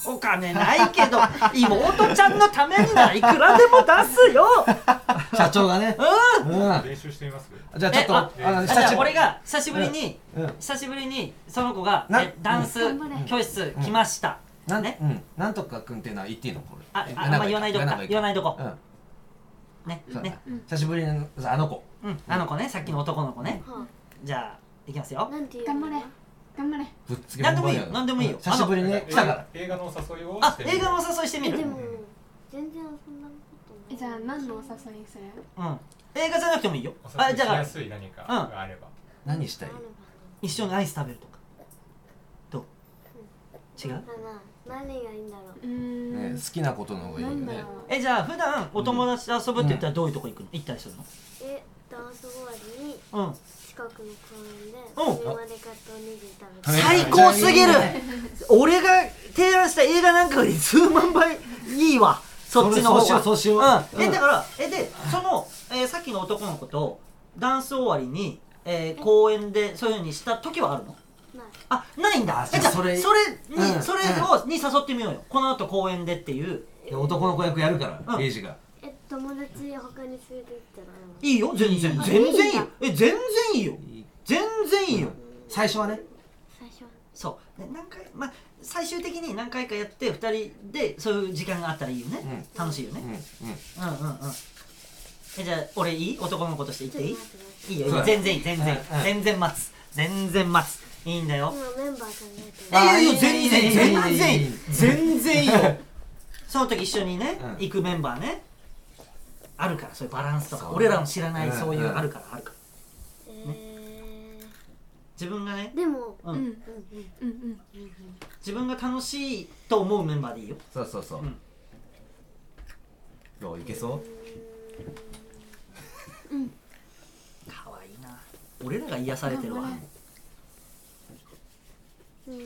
お金ないけど妹ちゃんのためにならいくらでも出すよ。 社長がねうんうん練習してみますじゃあちょっとえああのあじゃあ久しぶり俺が久しぶりに、 うんうん久しぶりにその子がなえダンス頑張れ教室来ました、 なんねうんなんとかくんっていうのは言っていいのこれえああんま言わないとこか言わないとこうんねそうだね久しぶりにあの子うんあの子ねさっきの男の子ねはじゃあいきますあ、 よなんていう頑張れ頑張れ。 ぶっつけなんでもいいよ本番なんでもいいよ久しぶりにね来たから映画のお誘いをあしてみる映画のお誘いしてみるえでも全然そんなことない。 えじゃあ何のお誘いする？ うん映画じゃなくてもいいよお誘いしあじゃあやすい何かがあれば何したい一緒にアイス食べるとかどう違うかな。何がいいんだろう。 うーん。 ね好きなことの方がいいよねなんだろう。 えじゃあ普段お友達と遊ぶって言ったらどういうとこ行くの行ったりするのえ、ダンス終わりにうん近くの公園でうんみまで買ったおにぎり食べて。 最高すぎる俺が提案した映画なんかより数万倍いいわそっちの方がそうしようそうしよううん、えうんだからえでその、えーさっきの男の子とダンス終わりに、えー公園でそういうふうにした時はあるのない。 あないんだあえじゃあそれそれに、 うんそれをに誘ってみようよこの後公園でっていういや男の子役やるからうんエイジがえ、友達他に連れて行ったらいいよ全然あ全然いいいいんよえ全然いいよ全然いいよ最初はね最初はそうで何回まあ最終的に何回かやってふたりでそういう時間があったらいいよね、楽しいよね、 うんうんうんうんうんえじゃあ俺いい男の子として言っていいちょっと待っていいよいいそうだよ全然いい全然いいうんうん全然待つ全然待ついいんだよ今メンバー考えてえる。 いいよ全然いい全然いいいいいい全然いいよその時一緒にねうん行くメンバーねあるからそういうバランスとかそう俺らの知らないうんそういううんあるからあるからえ自分がねー、でも、 ううんんうんうんうんうん。 自分が楽しいと思うメンバーでいいよそうそうそううんどういけそうかわいいな俺らが癒されてるわ頑張うん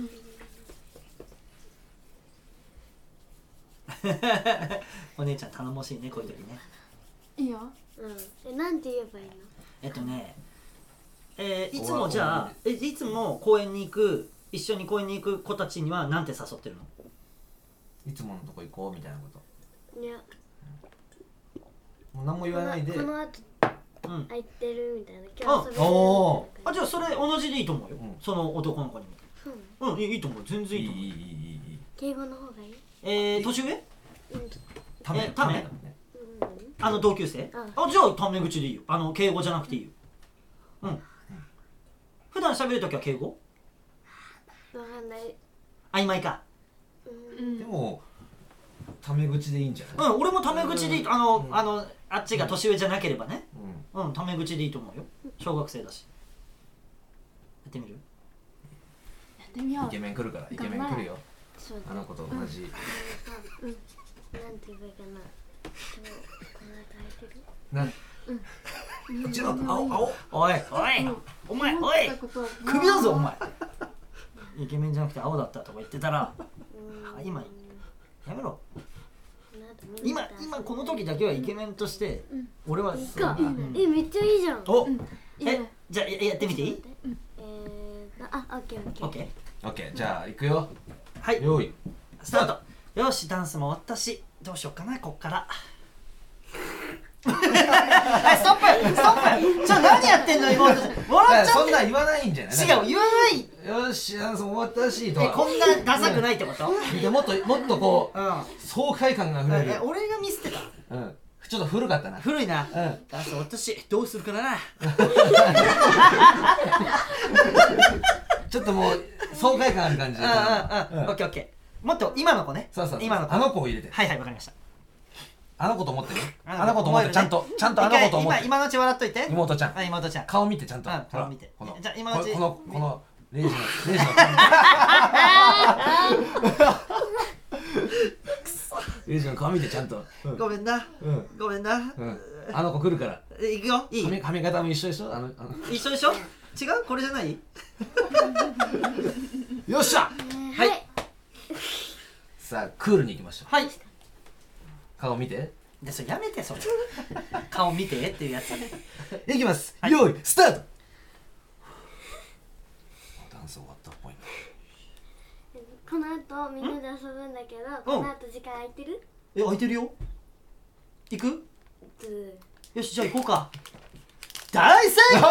お姉ちゃん頼もしいねこういう時ねいいよ。 うん。え、なんて言えばいいの？ えっとねえーいつもじゃあえいつも公園に行く一緒に公園に行く子たちにはなんて誘ってるのいつものとこ行こうみたいなこといや、 もう何も言わないでこの後うん空いてるみたいな。今日遊べるみたいなおあじゃあそれ同じでいいと思うよ、 うんその男の子にそうなのもうんいいいいと思う全然いいと思ういいいいいいいい敬語の方がいい？ えー、年上うん。 ためえためだねうん。 あの同級生、 うんあじゃあタメ口でいいよあの敬語じゃなくていいようん普段喋るときは敬語わかんない。 曖昧かう。 うんんでもタメ口でいいんじゃないうん俺もタメ口でいいあの、 うんあのあっちが年上じゃなければねうんうんタメ口でいいと思うよ小学生だしやってみるやってみよう。 イケメン来るからイケメン来るよそうだ。 あの子と同じうん。なんて言えばいいかな。今日この後空いてる？ なうんこっちの青青おいおいお前おい思ったこと首だぞお前イケメンじゃなくて青だったとか言ってたらうんあ今やめろこの後みん今なと遊ぶ今この時だけはイケメンとして俺はいいかそううんえ、めっちゃいいじゃん。 おいいえね。 じゃあややってみていいちょっと待ってえー、あ、オッケーオッケー。 オッケーオッケーじゃあ行くよはい用意スタートよしダンスも終わったしどうしようかなこっからはいストップストップちょ何やってんの妹笑っちゃそうんな言わないんじゃない違う言わないよしあの終わったしとかえこんなダサくないってこといやもっともっとこううん爽快感があふれるえ俺がミスってたうんちょっと古かったな古いなうんダンス終わったしどうするかなちょっともう爽快感ある感じでうんうんうんオッケーオッケーもっと今の子ねそうそうそう今の子あの子を入れてはいはいわかりましたあの子と思ってねああの子と思ってちゃんとちゃんとあの子と思って今今のうち笑っといて妹ちゃんあ妹ちゃん顔見てちゃんとうんほら顔見てこのじゃあ今のうちここのこのレイジのレイジのレイジの顔見てちゃんとうんごめんなうんごめんなうんあの子来るからえいくよいい髪髪型も一緒でしょあのあの一緒でしょ違うこれじゃないよっしゃはいはい。 さあクールに行きましょうはい顔見てでそれやめてそれ顔見てっていうやついきますはい用意スタートダンス終わったっぽいなこの後みんなで遊ぶんだけど、この後時間空いてる？ え、空いてるよ。行く？ ずよし、じゃあ行こうか。大成功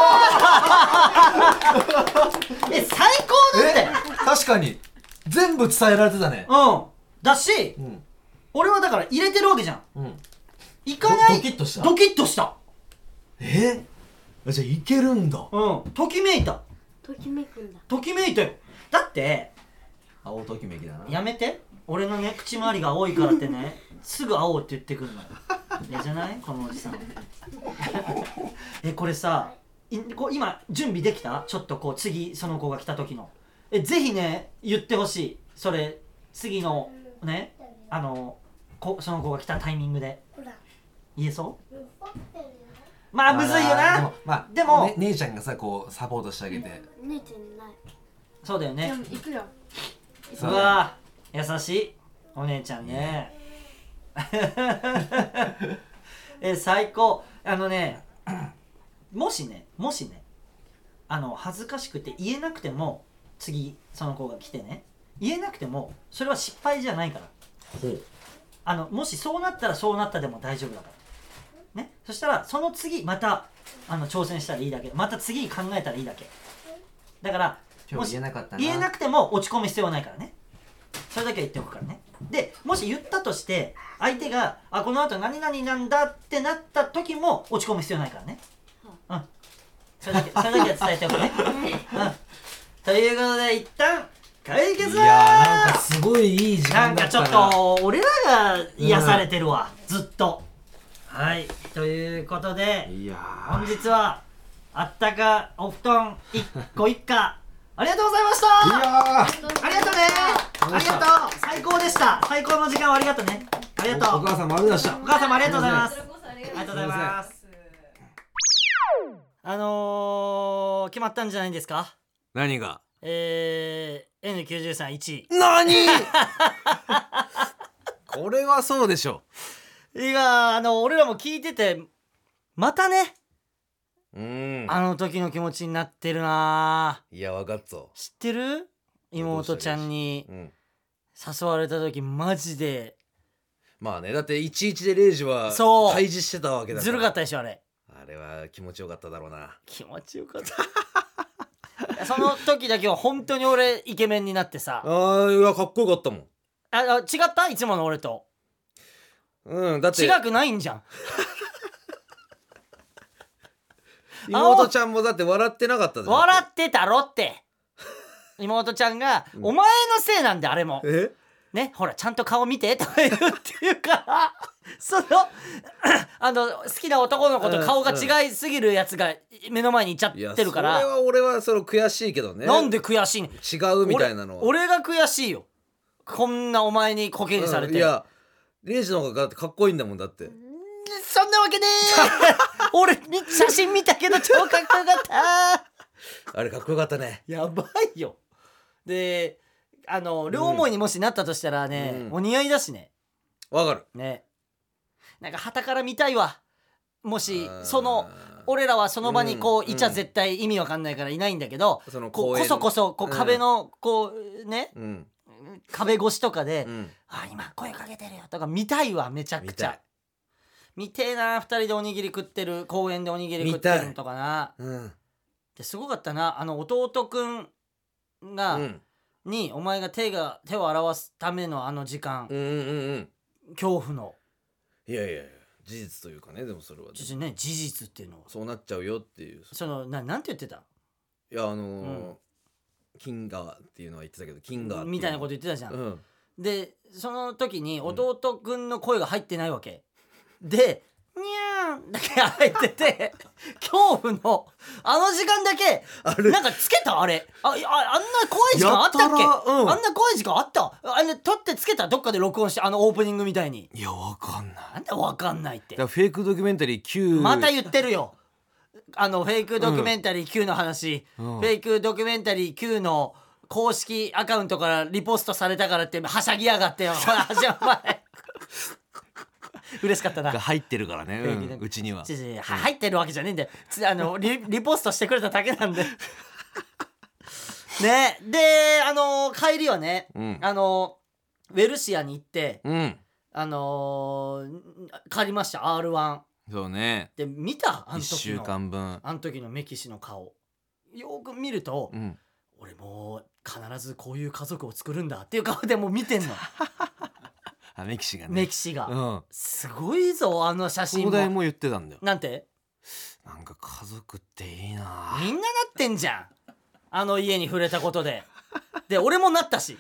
え、最高だって。 確かに全部伝えられてたね。 うんだし、 うん、 俺はだから入れてるわけじゃん。 うん、 行かない。 ドキッとした。 ドキッとした。 えー、じゃあいけるんだ。 うん、ときめいた。 ときめくんだ。 ときめいたよ。だって青ときめきだな。 やめて、俺のね口周りが青いからってねすぐ青って言ってくるのよ。えじゃないこのおじさんえ、これさいこう今準備できた？ちょっとこう次その子が来た時のえぜひね言ってほしい。それ次のねあのこその子が来たタイミングで言えそう？まあむずいよな。 でも、まあ、 でも、 ね、姉ちゃんがさこうサポートしてあげて。 姉ちゃんない。 そうだよね。 でも行くよ。 うわ優しいお姉ちゃんねえ最高。あのねもしねもしねあの恥ずかしくて言えなくても次その子が来てね言えなくてもそれは失敗じゃないから。あのもしそうなったらそうなったでも大丈夫だからね。そしたらその次またあの挑戦したらいいだけ。また次考えたらいいだけだから。 今日言えなかったな。 言えなくても落ち込む必要はないからね。それだけは言っておくからね。でもし言ったとして相手があこの後何々なんだってなった時も落ち込む必要ないからね。うんそれだけそれだけは伝えておくねうんということで一旦解決だー。 いやーなんかすごいいい時間だったな。 なんかちょっと俺らが癒されてるわ、うん、ずっと。はいということでいや本日はあったかお布団一個一家ありがとうございました。 いやーありがとうね。ありがとう。最高でした。最高の時間をありがとうね。ありがとう。 お母さんもありがとうございました。 お母さんもありがとうございます。 こちらこそありありがとうございがとうございま。 ますす。 あのー、決まったんじゃないんですか？ 何が？ えー、エヌきゅうじゅうさんいちい。 何これはそうでしょいやあの俺らも聞いててまたね、 う。うんあの時の気持ちになってるな。 いや分かっぞ。 知ってる？妹ちゃんにうん誘われた時マジでまあねだっていちいちでレイジはそう対峙してたわけだから。 ずるかったでしょあれ。 あれは気持ちよかっただろうな。 気持ちよかったその時だけは本当に俺イケメンになってさ。 あーいやかっこよかったもん。 ああ違ったいつもの俺と。 うんだって違くないんじゃん妹ちゃんもだって笑ってなかったじゃん。 笑ってたろって妹ちゃんが、うん、お前のせいなんであれもえねほらちゃんと顔見てとか言うっていうからそのあの好きな男の子と顔が違いすぎるやつが目の前にいっちゃってるから、 いやそれは俺はその悔しいけどね。 なんで悔しいの？ 違うみたいなのは俺, 俺が悔しいよ。こんなお前にコケにされて、うん、 いやレイジの方がだってかっこいいんだもん。だってそんなわけねー俺写真見たけど超かっこよかったあれかっこよかったね。 やばいよ。であの両思いにもしなったとしたらね、うん、お似合いだしね。 わかるね。なんか旗から見たいわ。もしその俺らはその場にこう、うん、いちゃ絶対意味わかんないからいないんだけど、 そのこ, こそこそこう壁のこうね、 うん、 壁越しとかで、 うん、 あ今声かけてるよとか見たいわ。めちゃくちゃ見てえな。二人でおにぎり食ってる公園でおにぎり食ってるのとかな、 うん、 ですごかったな。あの弟くんが、うん、にお前が手が手を表すためのあの時間、 うんうんうん、 恐怖のいやいやいや事実というかね。でもそれは、ね、 事, ね、事実っていうのそうなっちゃうよっていう。 その な, なんて言ってた？ いやあのーうん、キンガーっていうのは言ってたけどキンガーみたいなこと言ってたじゃん、 うん、 でその時に弟くんの声が入ってないわけ、うん、でにゃーんだけ入ってて恐怖のあの時間だけなんかつけたあれ あ, あ, あんな怖い時間あったっけ、うん、あんな怖い時間あったあれ撮ってつけたどっかで録音してあのオープニングみたいに。 いやわかんない。 なんでわかんないって。 だからフェイクドキュメンタリーきゅうまた言ってるよあのフェイクドキュメンタリーきゅうの話、うん、フェイクドキュメンタリーきゅうの公式アカウントからリポストされたからってはしゃぎやがってよ始ま前嬉しかったな。 入ってるからね、うん、うちにはちち入ってるわけじゃねえんだよ。あの リ, リポストしてくれただけなんでねであのー、帰りはね、 うん、 あのー、ウェルシアに行って、 うん、 あのー、借りました アールワン。 そうね。 で見たあの時のいっしゅうかんぶんあの時のメキシの顔よく見ると、 うん、 俺もう必ずこういう家族を作るんだっていう顔でもう見てんのあメキシがねメキシが、 うん、 すごいぞあの写真も。 東大も言ってたんだよ。 なんてなんか家族っていいな。 みんななってんじゃんあの家に触れたことでで俺もなったし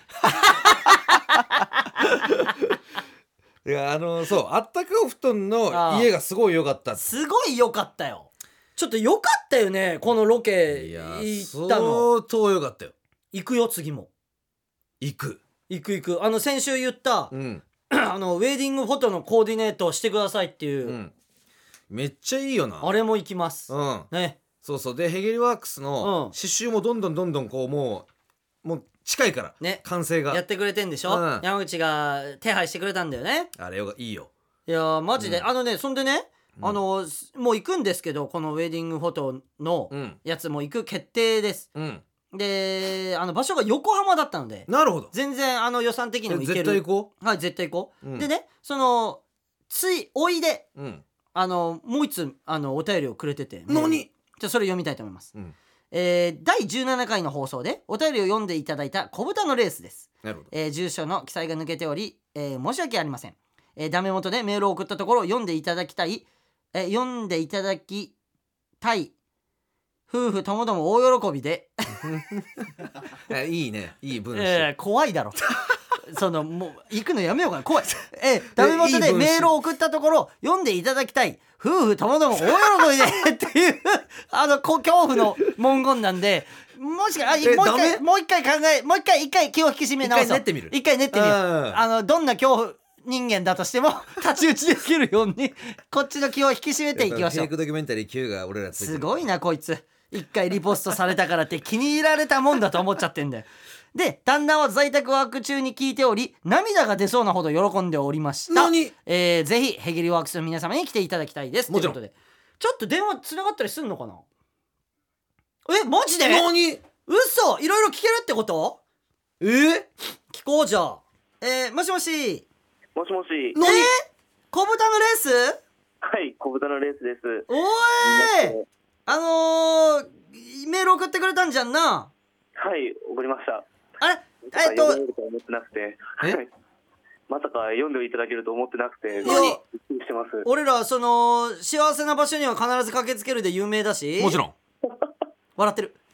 いやあのそうあったかお布団の家がすごい良かった。 すごい良かったよ。ちょっと良かったよねこのロケ行ったの。 相当良かったよ。 行くよ次も。 行く行く行く。あの先週言った、 うん、 あのウェディングフォトのコーディネートをしてくださいっていう、うん、 めっちゃいいよなあれも行きます、 うんね、 そうそうでヘゲリワークスの刺繍もどんどんどんどんこうもうもう近いから、ね、完成がやってくれてんでしょ、うん、山口が手配してくれたんだよね。 あれよいいよ。 いやマジで、うん、あのねそんでね、うん、あのもう行くんですけどこのウェディングフォトのやつも行く決定です、うん、であの場所が横浜だったのでなるほど全然あの予算的にも行ける。 絶対行こう。はい絶対行こう、うん、でねそのついおいで、うん、あのもう一つあのお便りをくれてて何じゃそれ読みたいと思います、うんえー、だいじゅうななかいの放送でお便りを読んでいただいた小豚のレースです。 なるほど、 えー、住所の記載が抜けており、えー、申し訳ありません、えー、ダメ元でメールを送ったところ読んでいただきたい、えー、読んでいただきたい夫婦ともども大喜びでいいねいい文章、 えー、怖いだろそのもう行くのやめようかな怖い、えー、ダメ元でメールを送ったところ読んでいただきたい夫婦ともども大喜びでっていうあの恐怖の文言なんでもしかあもう一回もう一回考えもう一回一回気を引き締め直そう。 一回練ってみる一回練ってみよう。あのどんな恐怖人間だとしても太刀打ちできるようにこっちの気を引き締めていきましょう。 フェイクドキュメンタリー Q が俺らついてる。 すごいなこいつ一回リポストされたからって気に入られたもんだと思っちゃってんだよ。で旦那は在宅ワーク中に聞いており涙が出そうなほど喜んでおりました。 何、 えー、ぜひヘゲリワークスの皆様に来ていただきたいですもちろんということでちょっと電話つながったりすんのかな。えマジで何嘘いろいろ聞けるってこと。 えー、 聞こうじゃあ。えー、もしもしもしもし何、えー、小豚のレース。 はい小豚のレースです。 おーいあのー、メール送ってくれたんじゃんな。 はい送りました。 あれえっと思ってなくてまさか読んでいただけると思ってなくてびっくりしてます。 俺らその幸せな場所には必ず駆けつけるで有名だし。 もちろん笑ってる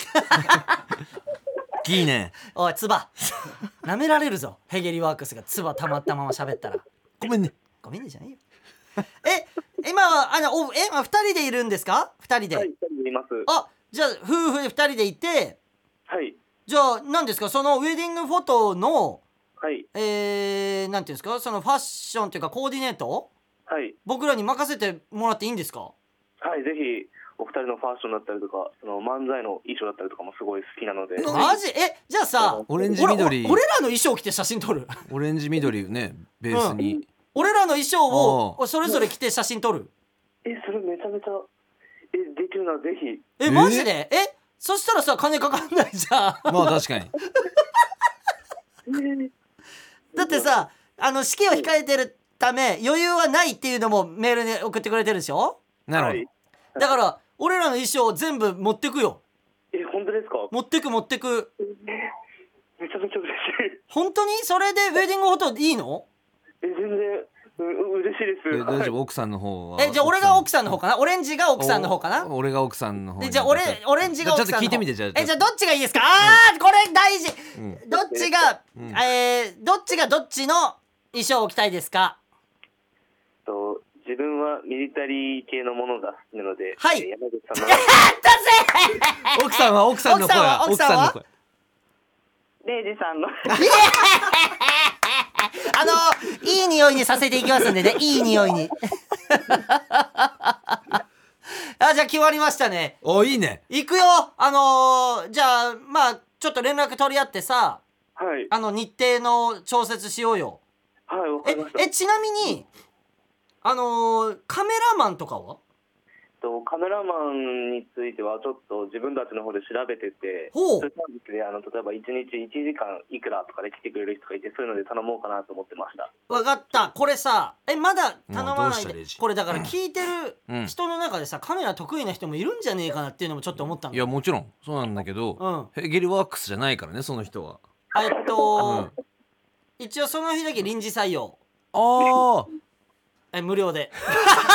いいね。 おいツバ舐められるぞヘゲリワークスがツバ溜まったまま喋ったらごめんねごめんねじゃないよえ今はあのおえふたりでいるんですか。ふたりで。 はいふたりでいます。 あじゃあ夫婦でふたりでいてはいじゃあ何ですかそのウェディングフォトのはいえー、なんていうんですかそのファッションというかコーディネートはい僕らに任せてもらっていいんですか。 はいぜひお二人のファッションだったりとかその漫才の衣装だったりとかもすごい好きなので。 マジえじゃあさオレンジ緑俺らの衣装着て写真撮るオレンジ緑ねベースに、うん、 俺らの衣装をそれぞれ着て写真撮る。 えそれめちゃめちゃえできるならぜひ。 えマジでええそしたらさ金かかんないじゃんまあ確かにだってさあの式を控えてるため余裕はないっていうのもメールに送ってくれてるでしょ。 なるほど、はい、 だから俺らの衣装を全部持ってくよ。 え本当ですか。 持ってく持ってくめちゃめちゃ嬉しい。 本当にそれでウェディングフォトいいの。 え全然う嬉しいです。 え大丈夫奥さんの方は。 えじゃあ俺が奥さんの方かな。オレンジが奥さんの方かな。 俺が奥さんの方。 じゃあ俺オレンジが奥さんの方。 ちょっと聞いてみてじゃあ。 えじゃあどっちがいいですか。あーこれ大事、うん、どっちが、うん、えー、どっちがどっちの衣装を着たいですか。 と自分はミリタリー系のものが好きなので、 はい、 えー、山口さんのやったぜ奥さんは奥さんの声は奥さんは奥さんはレイジさんのあのいい匂いにさせていきますんでねいい匂いにあじゃあ決まりましたね。 おいいね行くよ。あのー、じゃあまあちょっと連絡取り合ってさ、 はい、 あの日程の調節しようよ。 はいわかりました。 ええちなみにあのー、カメラマンとかはカとカメラマンについてはちょっと自分たちの方で調べてて、 ほうそういうサービスであの例えばいちにちいちじかんいくらとかで来てくれる人がいて、そういうので頼もうかなと思ってました。 わかった。これさ、えまだ頼まもうどうないでしたレイジこれだから聞いてうんる人の中でさ、カメラ得意な人もいるんじゃねえかなっていうのもちょっと思ったの。 いやもちろんそうなんだけど、 うんヘゲリワークスじゃないからねその人は。 えっと、 うん一応その日だけ臨時採用、 ああえ無料で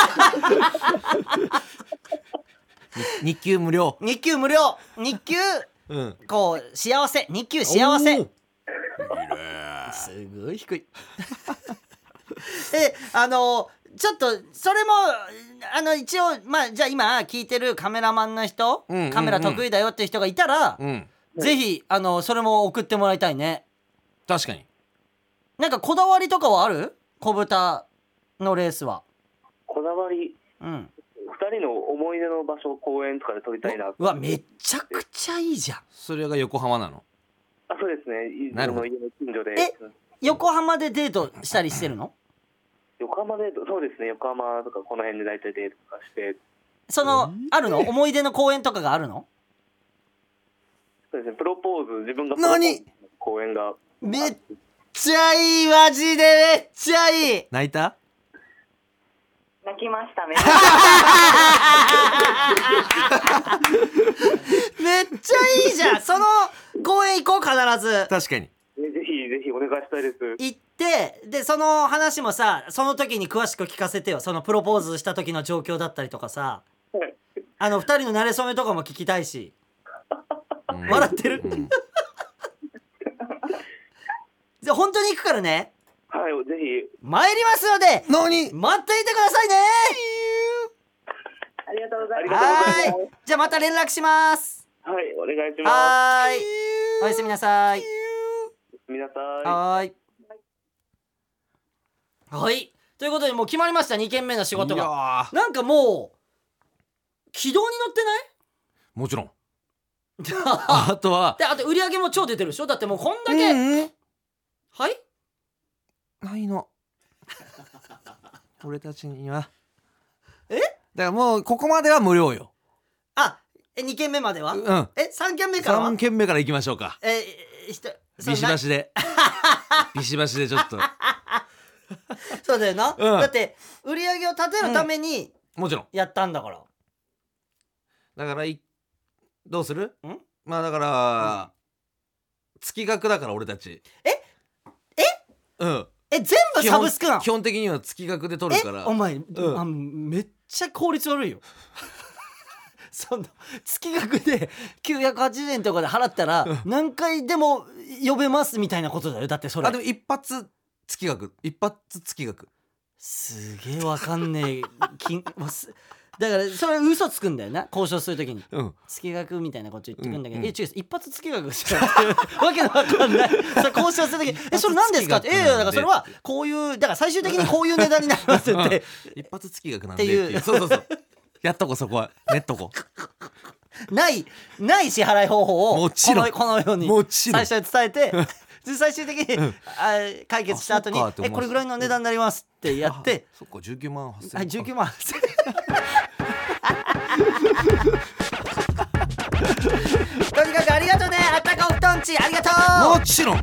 日給無料。 日給無料、日給うんこう幸せ、日給幸せ。 おーすごい低いえあのちょっとそれもあの一応まあじゃあ今聞いてるカメラマンの人、 うんうんうんカメラ得意だよっていう人がいたら、 うんぜひあのそれも送ってもらいたいね。 確かに。 なんかこだわりとかはある？小豚のレースは。 こだわり、 うんふたりの思い出の場所、公園とかで撮りたいな。 うわめちゃくちゃいいじゃん。 それが横浜なの。 あ、そうですね。自なるほど分の家の近所で。 え横浜でデートしたりしてるの？ 横浜で、そうですね。横浜とかこの辺で大体デートとかして。 そのあるの？思い出の公園とかがあるの？ そうですね。プロポーズ、自分がプロポーズ何？ の公園が。 めっちゃいい、マジでめっちゃいい。 泣いた？ 泣きましたね。 めっちゃいいじゃん。その公園行こう必ず。 確かに。 ね、ぜひぜひお願いしたいです。 行ってでその話もさその時に詳しく聞かせてよ。そのプロポーズした時の状況だったりとかさ、 はいあのふたりの馴れ初めとかも聞きたいし。 うん笑ってるうんじゃあ本当に行くからね。 はい、ぜひ。 参りますので何？ 待っていてくださいね。 ありがとうございありまがとうございます。 はーい、じゃあまた連絡します。 はい、お願いします。 はーい、おやすみなさい。 皆さん。 はーいはいということでもう決まりました。にけんめの仕事いやがーなんかもう軌道に乗ってない？ もちろん。あとはであと売り上げも超出てるでしょ。だってもうこんだけ、 うんうんはいないの。俺たちには。 えだからもうここまでは無料よ。 あえにけんめまでは、 うん。 えさんけんめからは三軒目から行きましょうか。 ええひとそビシなバシで。ビシバシでちょっと。 そうだよな、 うんだって売り上げを立てるためにもちろん。 やったんだから、 だからいどうする？ んまあだから、月額だから俺たち。 ええうん。 え全部サブスクなの？ 基本的には月額で取るから。 えお前、 んあめっちゃ効率悪いよその月額できゅうひゃくはちじゅうえんとかで払ったら何回でも呼べますみたいなことだよ。だってそれあでも一発月額一発月額。 すげえわかんねえ金もうすだからそれ嘘つくんだよな交渉するときにうん。 月額みたいなこと言ってくんだけど、 うんうんえ違う一発月額しかわけのわかんないそれ交渉するときにえそれ何ですかって、え一発月額なんでえだからそれはこういうだから最終的にこういう値段になりますって一発月額なんでっていうそうそうそう。やっとこそこはねっとこ。 ないない支払い方法をもちろんこのこのようにもちろん最初に伝えてで最終的に、あ解決した後にあそっかって思うえこれぐらいの値段になりますってやってそっかじゅうきゅうまんはっせん。 はいじゅうきゅうまんとにかくありがとうね。あったかお布団ちありがとう。 もちろん。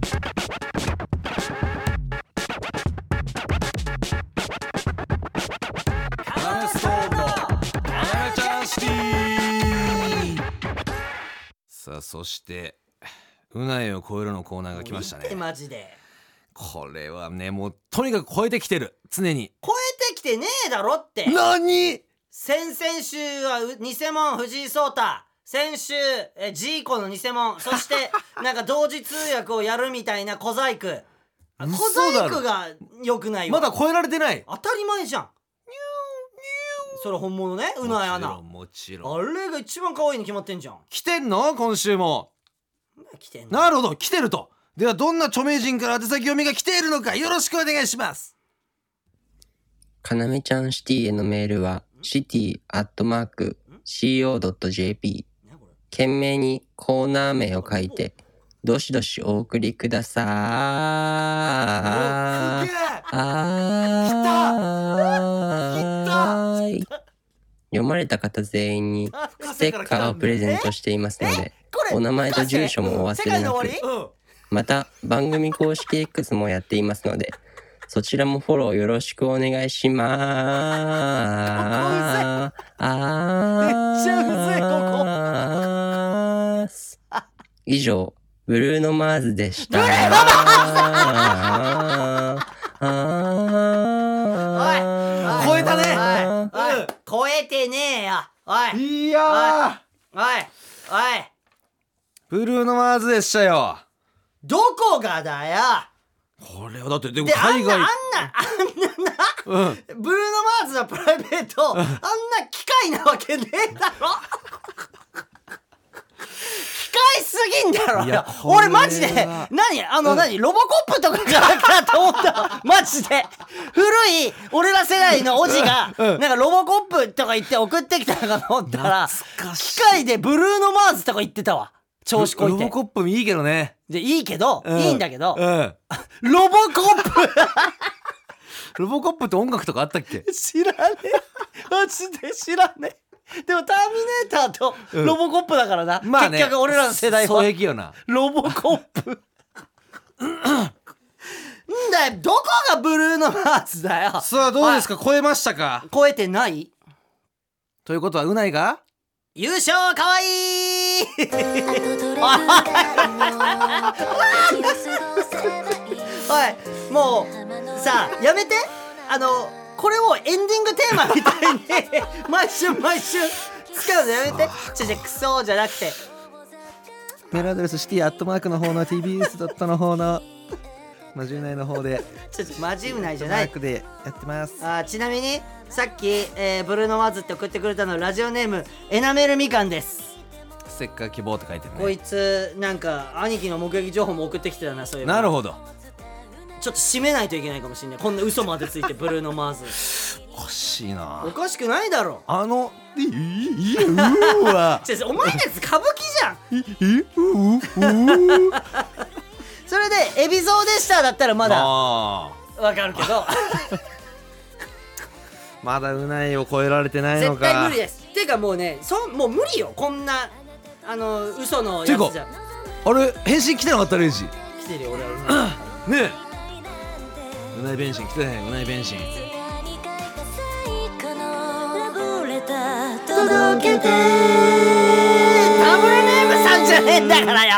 カメストーンのカメちゃんシティ。さあそしてうなえを超えるのコーナーが来ましたね。 マジでこれはねもうとにかく超えてきてる常に。 超えてきてねえだろって。 何？ 先々週はう偽物藤井聡太、先週えジーコの偽物、そしてなんか同時通訳をやるみたいな小細工。あ小嘘だろ細工が良くないわ。 まだ超えられてない。 当たり前じゃん。それ本物ね、うなえアナ。 もちろん。 あれが一番可愛いに決まってんじゃん。 来てんの今週も。 来てんの。 なるほど来てると。ではどんな著名人から宛先読みが来ているのかよろしくお願いします。 かなめちゃんシティへのメールはシティアットマーク シーオードットジェーピー 懸命にコーナー名を書いてどしどしお送りくださーあーい読まれた方全員にステッカーをプレゼントしていますので、お名前と住所もお忘れなく。また番組公式 X もやっていますので、そちらもフォローよろしくお願いしまーす。あめっちゃうぜここ。以上、ブルーノマーズでした。 ブルーノマーズ。 超えたね。 おい、おい、超えてねえよ。おい。 いやおい、おい、 ブルーノマーズでしたよ。 どこがだよ。 これはだってでもで、 海外あんな、あんな、あんなな、うん、ブルーノマーズのプライベート、あんな機械なわけねえだろ。機械すぎんだろ。俺マジで、何あの、うん、何ロボコップとかかなと思ったマジで。古い俺ら世代のおじが、うん、なんかロボコップとか言って送ってきたのかと思ったら、機械でブルーノマーズとか言ってたわ。調子こいて。 ロボコップもいいけどね。 でいいけど、うん、いいんだけど、うん、 ロボコップロボコップって音楽とかあったっけ？ 知らねえ。マジで知らねえ。でもターミネーターとロボコップだからな、うん、まあね、結局俺らの世代はそうよなロボコップんだよ、どこがブルーノマーズだよ。 さあどうですか、超えましたか？ 超えてない。ということはうないが優勝。かわいいおい、もうさあやめて。あのこれをエンディングテーマみたいに毎週毎週使うのやめて。ちょちょクソじゃなくて、 メールアドレスシティアットマークの方の ティービーエス ドットの方のマジウナイの方でちょちょマジウナイじゃない、 マークでやってます。 あ、ちなみにさっき、えー、ブルーノマーズって送ってくれたのラジオネームエナメルみかんです。 ステッカー希望って書いてるね。 こいつなんか兄貴の目撃情報も送ってきてたな。そういうなるほど。 ちょっと締めないといけないかもしれない。こんな嘘までついてブルーノマーズおかしいな。 おかしくないだろ。 あのいいいうーわお前のやつ歌舞伎じゃんそれで海老蔵でしただったらまだわかるけどまだうないを超えられてないのか。 絶対無理です。ていうかもうね、そもう無理よ、こんなあの嘘のやつじゃ。 あれ返信来てなかった？レイジ来てるよ俺はねえ、うない弁心来てへん。うない弁心届けてダブルネームさんじゃねえんだからよ。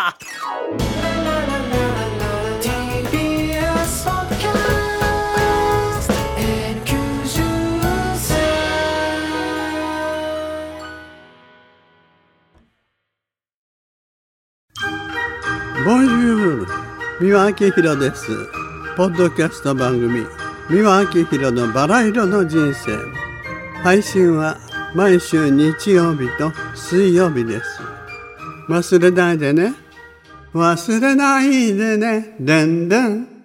ボンジュール、三輪明宏です。ポッドキャスト番組三輪明宏のバラ色の人生、配信は毎週日曜日と水曜日です。忘れないでね、忘れないでね、でんでん。